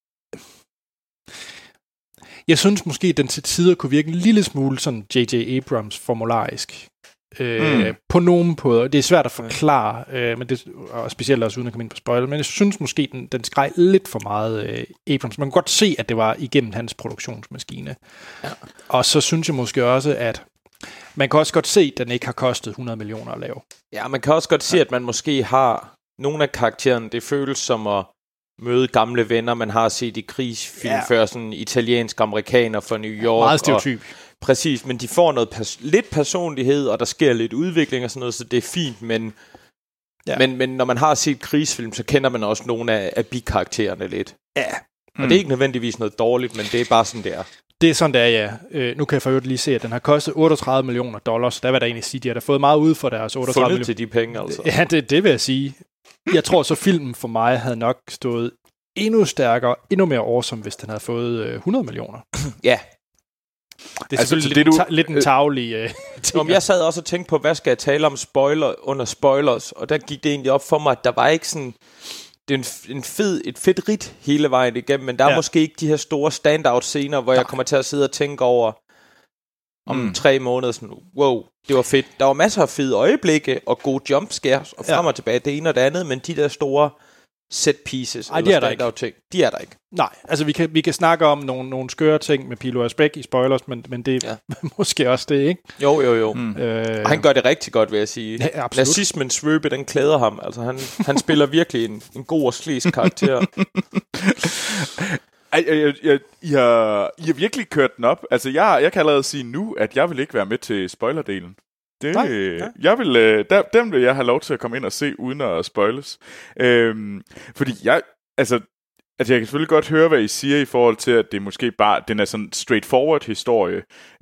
at den til tider kunne virke en lille smule sådan J.J. Abrams formularisk. På nogle måder. Det er svært at forklare, men det, og specielt også uden at komme ind på spoiler, men jeg synes måske, den skreg lidt for meget Abrams. Man kan godt se, at det var igennem hans produktionsmaskine. Ja. Og så synes jeg måske også, at man kan også godt se, at den ikke har kostet 100 millioner at lave. Ja, man kan også godt se, at man måske har nogle af karaktererne, det føles som at møde gamle venner, man har set i krigsfilm før, sådan italiensk-amerikaner fra New York. Meget stereotyp. Præcis, men de får noget lidt personlighed, og der sker lidt udvikling og sådan noget, så det er fint, men når man har set krigsfilm, så kender man også nogle af bikaraktererne lidt. Ja. Og det er ikke nødvendigvis noget dårligt, men det er bare sådan, det er. Det er sådan, det er, ja. Nu kan jeg for øvrigt lige se, at den har kostet $38 millioner. Der vil der egentlig sige, at de har fået meget ud for deres 38 millioner. Til de penge, altså. Ja, det vil jeg sige. Jeg tror så, filmen for mig havde nok stået endnu stærkere, endnu mere awesome, hvis den havde fået 100 millioner. Ja. Det er selvfølgelig lidt en tavlig ting. Jeg sad også og tænkte på, hvad skal jeg tale om under spoilers, og der gik det egentlig op for mig, at der var ikke sådan... Det er et fedt ridt hele vejen igennem, men der er måske ikke de her store standout-scener, hvor jeg kommer til at sidde og tænke over om 3 måneder, sådan, wow, det var fedt. Der var masser af fede øjeblikke og gode jumpscares, og frem og tilbage det ene og det andet, men de der store set pieces, de er der ikke. Ting, de er der ikke. Nej, altså vi kan snakke om nogle skøre ting med Pilo Asbæk i spoilers, men det er måske også det, ikke? Jo. Og han gør det rigtig godt, vil jeg sige. Ja, Nazismen svøbe, den klæder ham. Altså han spiller virkelig en god og slisk karakter. I har virkelig kørt den op. Altså jeg kan allerede sige nu, at jeg vil ikke være med til spoilerdelen. Dem vil jeg have lov til at komme ind og se uden at spoiles. Fordi jeg kan selvfølgelig godt høre, hvad I siger i forhold til, at det måske bare, den er sådan straightforward historie.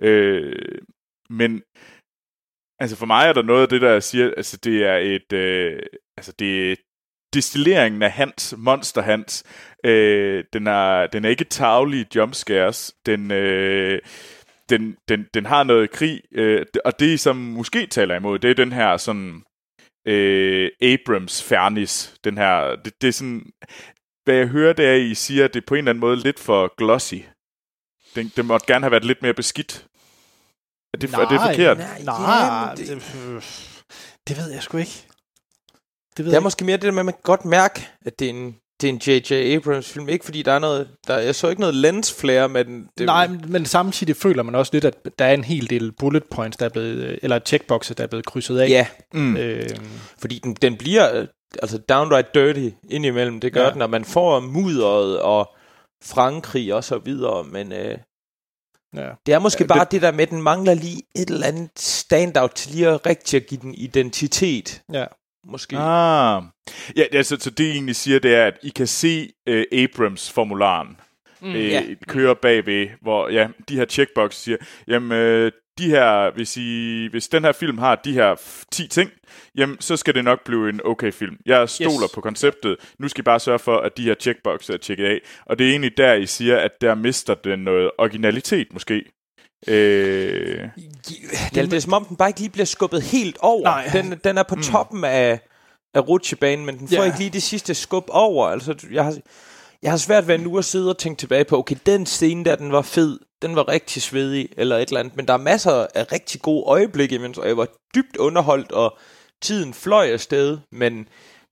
Men altså for mig er der noget af det, der siger, altså det er det er destilleringen af Monster Hans. Den er ikke tarvelig jumpscares. Den har noget krig, og det som måske taler imod, det er den her sådan Abrams fernis. Den her, det er sådan, hvad jeg hører, det er, I siger, at det er på en eller anden måde lidt for glossy. Den måtte gerne have været lidt mere beskidt. Er det forkert? Nej, det ved jeg sgu ikke. Det er måske mere det der med, at man kan godt mærke, at det er en J.J. Abrams film. Ikke fordi der er noget... jeg så ikke noget lens flare med den. Nej, men samtidig føler man også lidt, at der er en hel del bullet points, der er blevet... Eller checkboxer, der er blevet krydset af. Ja. Fordi den bliver altså downright dirty indimellem. Det gør den, når man får mudderet og Frankrig og så videre. Men det er måske bare det der med, at den mangler lige et eller andet standout til lige at rigtig at give den identitet. Ja. Måske. Så det I egentlig siger, det er, at I kan se Abrams-formularen køre bagved, hvor de her checkbox siger, jamen de her, hvis den her film har de her 10 ting, jamen så skal det nok blive en okay film. Jeg stoler på konceptet. Nu skal I bare sørge for, at de her checkbox er tjekket af. Og det er egentlig der, I siger, at der mister den noget originalitet måske. Det er som om den bare ikke lige bliver skubbet helt over. Nej. Den er på toppen af rutsjebanen, men den får ikke lige det sidste skub over. Altså jeg har svært ved nu at sidde og tænke tilbage på, okay, den scene der, den var fed, den var rigtig svedig eller et eller andet, men der er masser af rigtig gode øjeblikke imens, og jeg var dybt underholdt, og tiden fløj afsted, men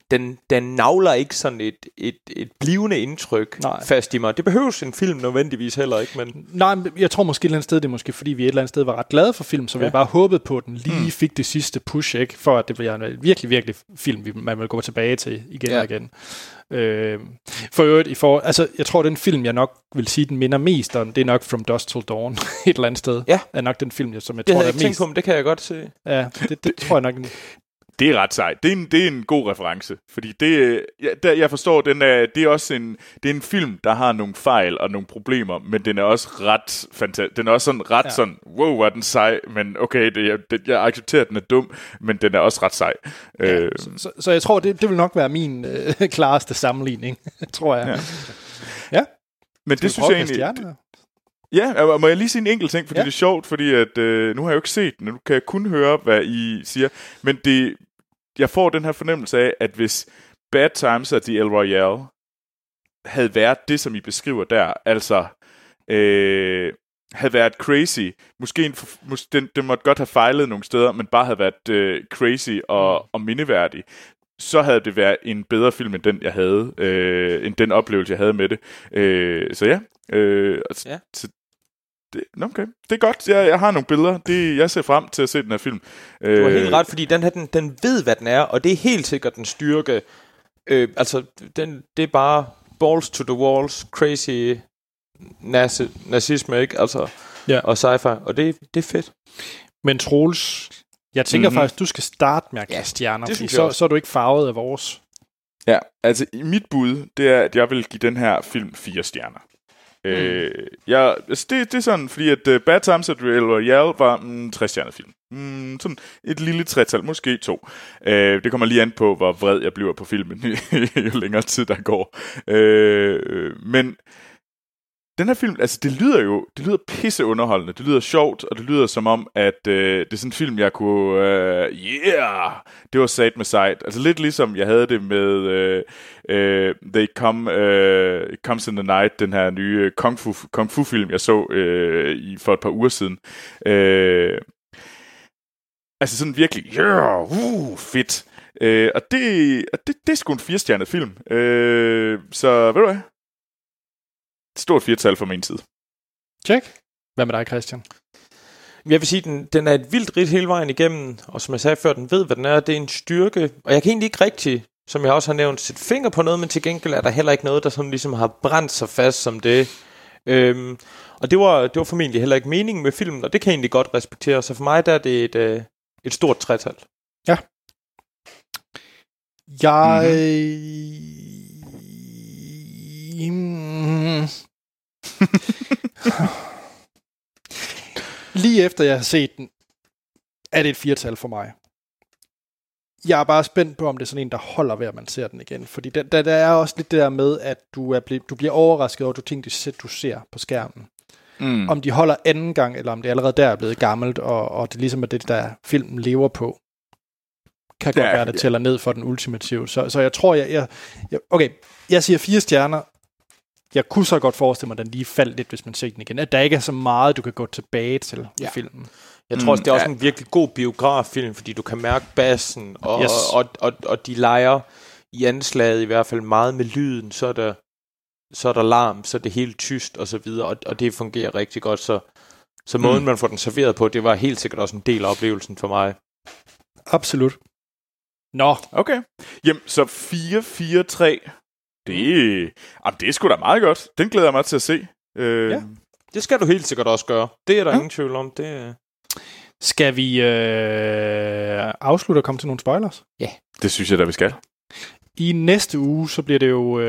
den navler ikke sådan et blivende indtryk fast i mig. Det behøves en film nødvendigvis heller ikke, men... Nej, jeg tror måske et eller andet sted, det er måske fordi vi et eller andet sted var ret glade for film, så vi bare håbede på, at den lige fik det sidste push, ikke? For at det bliver en virkelig, virkelig film, man vil gå tilbage til igen og igen. For øvrigt, altså, jeg tror, den film, jeg nok vil sige, den minder mest om, det er nok From Dusk Till Dawn, et eller andet sted. Ja. Er nok den film, som jeg tror, der er mest... På, men det kan jeg godt se. Ja, det tror jeg nok... Det er ret sejt. Det er en god reference, fordi jeg forstår, det er også en film, der har nogle fejl og nogle problemer, men den er også ret fantastisk. Den er også sådan ret sådan, wow, hvor er den sej, men okay, jeg accepterer, at den er dum, men den er også ret sej. Ja, så jeg tror, det vil nok være min klareste sammenligning, tror jeg. Ja. Men det synes jeg egentlig... Ja, må jeg lige sige en enkelt ting, fordi det er sjovt, fordi at, nu har jeg jo ikke set den, nu kan jeg kun høre, hvad I siger, men jeg får den her fornemmelse af, at hvis Bad Times at the El Royale havde været det, som I beskriver der, altså havde været crazy, måske den måtte godt have fejlet nogle steder, men bare havde været crazy og mindeværdig, så havde det været en bedre film, end den jeg havde, end den oplevelse, jeg havde med det. Så ja. Okay, det er godt. Jeg har nogle billeder. Jeg ser frem til at se den her film. Du har helt ret, fordi den ved, hvad den er, og det er helt sikkert den styrke. Altså, det er bare balls to the walls, crazy nazisme, ikke? Altså, og sci-fi, og det er fedt. Men Troels, jeg tænker faktisk, du skal starte med at kaste stjerner, fordi så er du ikke farvet af vores. Ja, altså mit bud, det er, at jeg vil give den her film 4 stjerner. Det er sådan, fordi at Bad Times at the El Royale var en 3-stjernet film. Sådan et lille 3-tal, måske 2. Det kommer lige an på, hvor vred jeg bliver på filmen, jo længere tid der går. Men den her film, altså det lyder pisse underholdende, det lyder sjovt, og det lyder som om, at det er sådan en film, jeg kunne, det var sat med sejt. Altså lidt ligesom jeg havde det med They Comes in the Night, den her nye kung fu film, jeg så for et par uger siden. Altså sådan virkelig, fedt. Og det er sgu en 4-stjernet film. Så ved du hvad? Stort 4-tal fra min side. Check. Hvad med dig, Christian? Jeg vil sige, den er et vildt rigt hele vejen igennem, og som jeg sagde før, den ved, hvad den er. Det er en styrke, og jeg kan egentlig ikke rigtig, som jeg også har nævnt, sætte finger på noget, men til gengæld er der heller ikke noget, der sådan ligesom har brændt sig fast som det. Og det var formentlig heller ikke meningen med filmen, og det kan jeg egentlig godt respektere. Så for mig der er det et stort 3-tal. Ja. Lige efter jeg har set den, er det et 4-tal for mig. Jeg er bare spændt på, om det er sådan en, der holder ved, at man ser den igen. Fordi der er også lidt det der med, at du bliver overrasket over, du ser på skærmen. Om de holder anden gang, eller om det allerede der er blevet gammelt, og det ligesom er det, der filmen lever på. Kan godt være, det tæller ned for den ultimative. Så jeg tror, okay, jeg siger 4 stjerner. Jeg kunne så godt forestille mig, at den lige faldt lidt, hvis man ser den igen. At der ikke er så meget, du kan gå tilbage til i filmen. Jeg tror også, det er også en virkelig god biograffilm, fordi du kan mærke bassen, og de leger i anslaget i hvert fald meget med lyden. Så er der larm, så er det helt tyst og så videre, og det fungerer rigtig godt. Så måden, man får den serveret på, det var helt sikkert også en del af oplevelsen for mig. Absolut. Nå. Okay. Jamen, så 4-4-3. Det er sgu da meget godt. Den glæder jeg mig til at se. Ja, det skal du helt sikkert også gøre. Det er der ingen tvivl om. Skal vi afslutte og komme til nogle spoilers? Ja. Det synes jeg da, vi skal. I næste uge, så bliver det jo,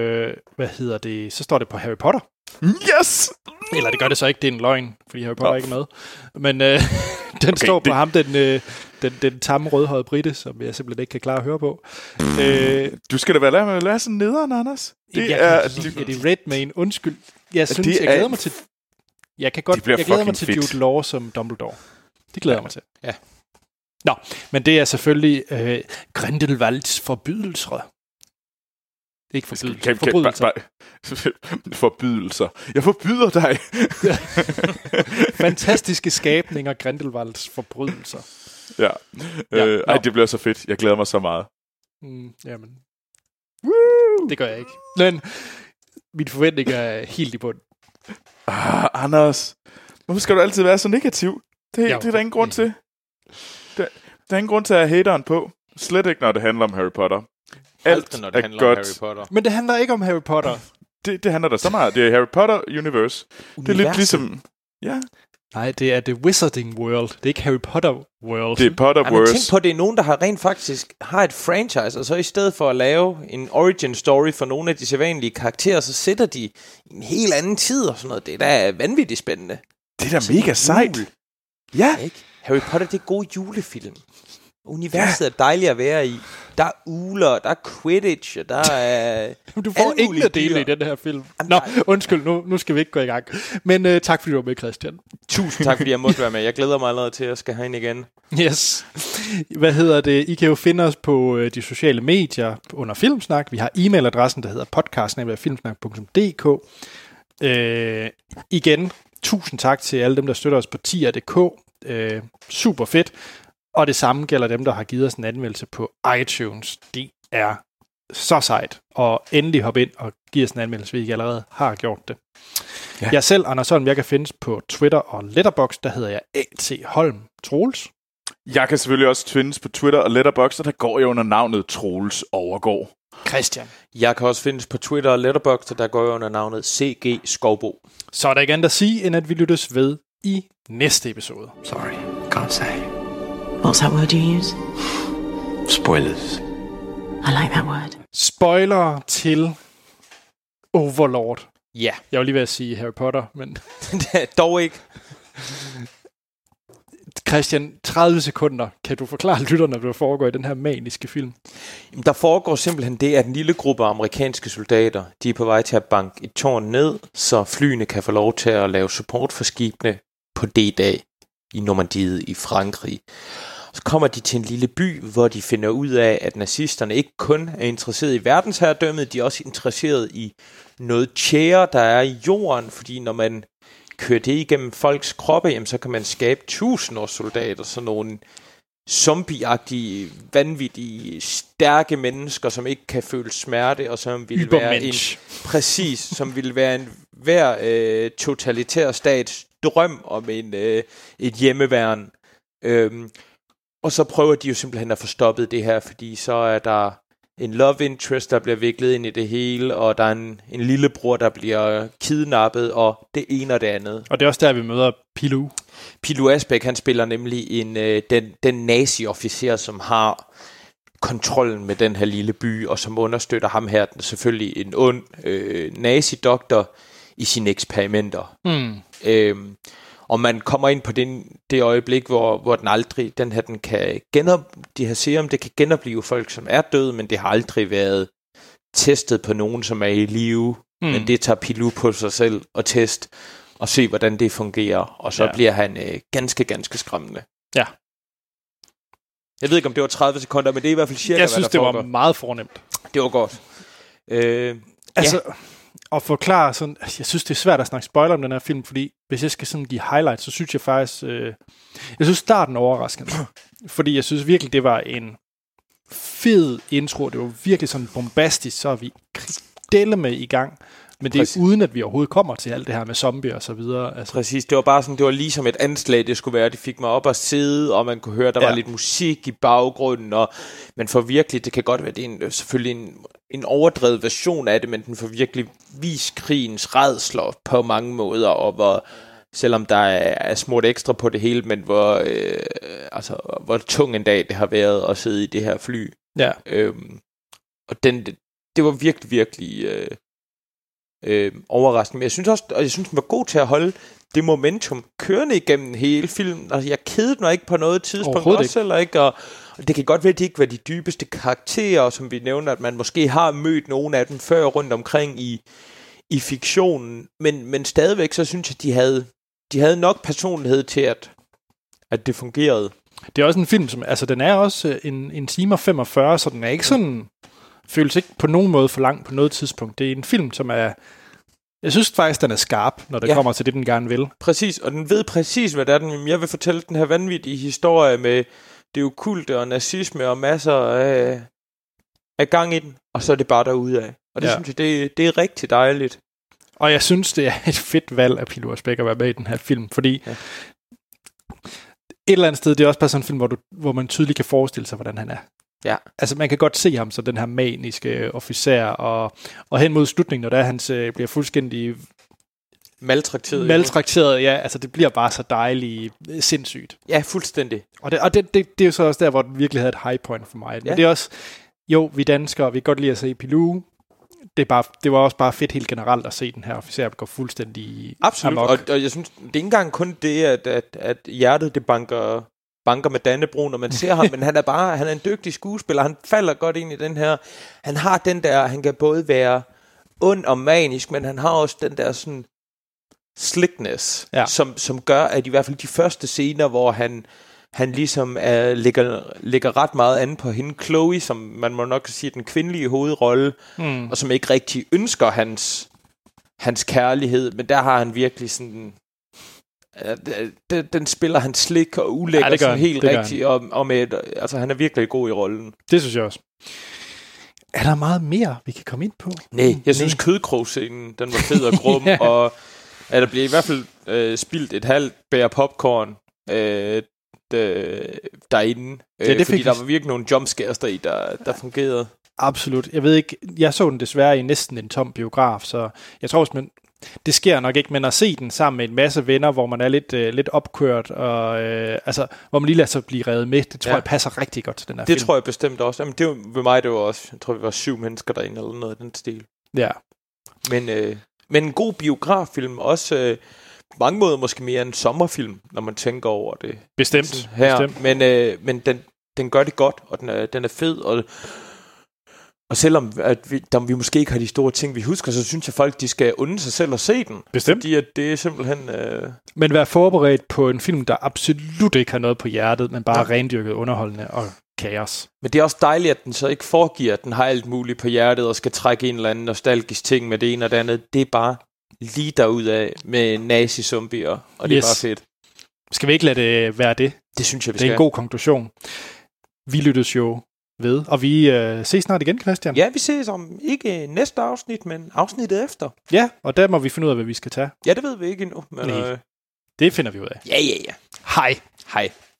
så står det på Harry Potter. Yes! Eller det gør det så ikke, det er en løgn, fordi Harry Potter er ikke med. Men den står på ham, den tamme rødhårede brite, som jeg simpelthen ikke kan klare at høre på. Du skal da være med at lære sådan nederen, Anders. Det er Redmayne, undskyld. Jeg synes, jeg glæder mig til... Jeg glæder mig til Jude Law som Dumbledore. Det glæder jeg mig til. Ja. Nå, men det er selvfølgelig Grindelwalds forbydelser. Ikke forbrydelser. Forbrydelser. Jeg forbyder dig. Fantastiske skabninger, Grindelwalds forbrydelser. Ja. Det bliver så fedt. Jeg glæder mig så meget. Jamen, Det gør jeg ikke. Men min forventning er helt i bund. Anders, hvorfor skal du altid være så negativ? Det er der ingen grund til. Der er ingen grund til at have hateren på. Slet ikke, når det handler om Harry Potter. Alt når det handler om Harry Potter. Men det handler ikke om Harry Potter. Det handler der så meget. Det er Harry Potter Universe. Det er lidt ligesom... Ja. Nej, det er The Wizarding World. Det er ikke Harry Potter World. Det er Potterverse. Tænk på, det er nogen, der har rent faktisk har et franchise, og så i stedet for at lave en origin story for nogle af de sædvanlige karakterer, så sætter de en helt anden tid og sådan noget. Det er da vanvittigt spændende. Det er da mega sejt. Ja. Ikke? Harry Potter, det er god julefilm. Universet er dejligt at være i. Der er ugler, der er Quidditch, og der er... Du får ingen af dele i den her film. Nå, undskyld, nu skal vi ikke gå i gang. Men tak, fordi du var med, Christian. Tusind tak, fordi jeg måtte være med. Jeg glæder mig allerede til, at jeg skal herind igen. Yes. Hvad hedder det? I kan jo finde os på de sociale medier under Filmsnak. Vi har e-mailadressen, der hedder podcast@filmsnak.dk. Igen, tusind tak til alle dem, der støtter os på tier.dk. Super fedt. Og det samme gælder dem, der har givet os en anmeldelse på iTunes. Det er så sejt. Og endelig hop ind og give os en anmeldelse, hvis I allerede har gjort det. Ja. Jeg selv, Anders Holm, jeg kan findes på Twitter og Letterboxd. Der hedder jeg A.T. Holm Troels. Jeg kan selvfølgelig også findes på Twitter og Letterboxd, og der går jeg under navnet Troels Overgaard. Christian. Jeg kan også findes på Twitter og Letterboxd, og der går jeg under navnet C.G. Skovbo. Så er der ikke andet at sige, end at vi lyttes ved i næste episode. Sorry, can't say. What's that word you use? Spoilers. I like that word. Spoiler til Overlord. Ja. Jeg var lige ved at sige Harry Potter, men... Dog ikke. Christian, 30 sekunder. Kan du forklare lytterne, hvad der foregår i den her maniske film? Der foregår simpelthen det, at en lille gruppe amerikanske soldater, de er på vej til at banke et tårn ned, så flyene kan få lov til at lave support for skibene på D-dag i Normandiet i Frankrig. Så kommer de til en lille by, hvor de finder ud af, at nazisterne ikke kun er interesseret i verdensherredømmet, de er også interesseret i noget tjære, der er i jorden, fordi når man kører det igennem folks kroppe, jamen, så kan man skabe 1000 soldater, sådan nogle zombieagtige, vanvittige, stærke mennesker, som ikke kan føle smerte, og som vil være en, præcis, som vil være en hver totalitær stats drøm om et hjemmeværn. Og så prøver de jo simpelthen at få stoppet det her, fordi så er der en love interest, der bliver viklet ind i det hele, og der er en lillebror, der bliver kidnappet, og det ene og det andet. Og det er også der, vi møder Pilou. Pilou Asbæk, han spiller nemlig den nazi-officer, som har kontrollen med den her lille by, og som understøtter ham her, den selvfølgelig en ond nazi-doktor i sine eksperimenter. Og man kommer ind på det øjeblik, hvor den aldrig, den kan de her serum, det kan genopleve folk, som er døde, men det har aldrig været testet på nogen, som er i live. Men det tager Pilou på sig selv og test, og se, hvordan det fungerer. Og så bliver han ganske, ganske skræmmende. Ja. Jeg ved ikke, om det var 30 sekunder, men det er i hvert fald cirka, jeg synes, det var meget fornemt. Det var godt. At forklare sådan, jeg synes, det er svært at snakke spoiler om den her film, fordi hvis jeg skal sådan give highlights, så synes jeg faktisk, jeg synes starten overraskende, fordi jeg synes virkelig, det var en fed intro, det var virkelig sådan bombastisk, så er vi dele med i gang, men det er uden, at vi overhovedet kommer til alt det her med zombier og så videre. Altså. Præcis, det var bare sådan, det var ligesom et anslag, det skulle være, det fik mig op at sidde, og man kunne høre, der var lidt musik i baggrunden, og man får virkelig, det kan godt være, det er selvfølgelig en overdrevet version af det, men den får virkelig vist krigens rædsler på mange måder, og hvor, selvom der er smurt ekstra på det hele, men hvor tung en dag det har været at sidde i det her fly. Ja. Og det var virkelig, virkelig overraskende. Men jeg synes også, og jeg synes, den var god til at holde det momentum kørende igennem hele filmen. Altså, jeg kedede mig ikke på noget tidspunkt også, eller ikke, og det kan godt være, at det ikke var de dybeste karakterer, som vi nævner, at man måske har mødt nogle af dem før rundt omkring i fiktionen, men stadigvæk så synes jeg, de havde nok personlighed til, at det fungerede. Det er også en film, som, altså den er også en time og 45, så den er ikke sådan, føles ikke på nogen måde for lang på noget tidspunkt. Det er en film, som er, jeg synes faktisk, den er skarp, når det kommer til det, den gerne vil. Præcis, og den ved præcis, hvad det er. Jeg vil fortælle den her vanvittige historie med det okkulte og nazisme og masser af gang i den. og så er det bare derudad. Og det synes jeg, det er rigtig dejligt. Og jeg synes, det er et fedt valg af Pilou Asbæk at være med i den her film, fordi et eller andet sted, det er også bare sådan en film, hvor man tydeligt kan forestille sig, hvordan han er. Ja. Altså, man kan godt se ham som den her maniske officer, og hen mod slutningen, når der han bliver fuldstændig maltrakteret, ja, altså det bliver bare så dejligt sindssygt. Ja, fuldstændig. Og det er jo så også der, hvor den virkelig havde et high point for mig. Men det er også, jo, vi danskere, vi kan godt lide at se Pilou. Det var også bare fedt helt generelt at se den her officer gå fuldstændig absolut, amok. Og jeg synes, det er ikke engang kun det, at hjertet det banker med Dannebrog, når man ser ham, men han er en dygtig skuespiller, han falder godt ind i den her, han har den der, han kan både være ond og manisk, men han har også den der sådan slickness, som gør, at i hvert fald de første scener, hvor han ligesom lægger ret meget an på hende, Chloe, som man må nok sige den kvindelige hovedrolle, og som ikke rigtig ønsker hans kærlighed, men der har han virkelig sådan den spiller han slik og ulækker sådan helt rigtigt, og med altså han er virkelig god i rollen. Det synes jeg også. Er der meget mere, vi kan komme ind på? Nej, jeg synes kødkrogscenen, den var fed og grum, og der bliver i hvert fald spildt et halvt bær popcorn derinde, fordi der var virkelig nogle jumpscares deri, der fungerede. Absolut. Jeg ved ikke, jeg så den desværre i næsten en tom biograf, så jeg tror også, det sker nok ikke, men at se den sammen med en masse venner, hvor man er lidt opkørt, og altså, hvor man lige lader sig blive revet med, det tror jeg passer rigtig godt til den her film. Det tror jeg bestemt også. Jamen, det var, ved mig, det var også, jeg tror, vi var 7 mennesker derinde, eller noget af den stil. Ja. Men en god biograffilm, også på mange måder måske mere en sommerfilm, når man tænker over det. Bestemt. Her. Men den gør det godt, og den er fed, og selvom vi måske ikke har de store ting, vi husker, så synes jeg folk, de skal unde sig selv at se den. Bestemt. Fordi at det er simpelthen... Men vær forberedt på en film, der absolut ikke har noget på hjertet, men bare rendyrket underholdende og kaos. Men det er også dejligt, at den så ikke foregiver, at den har alt muligt på hjertet, og skal trække en eller anden nostalgisk ting med det ene og det andet. Det er bare lige derudaf med nazi-zombier, og det er bare fedt. Skal vi ikke lade det være det? Det synes jeg, vi skal. Det er en god konklusion. Vi lyttes jo ved, og vi ses snart igen, Christian. Ja, vi ses om ikke næste afsnit, men afsnittet efter. Ja, og der må vi finde ud af, hvad vi skal tage. Ja, det ved vi ikke endnu. Men, det finder vi ud af. Ja. Hej. Hej.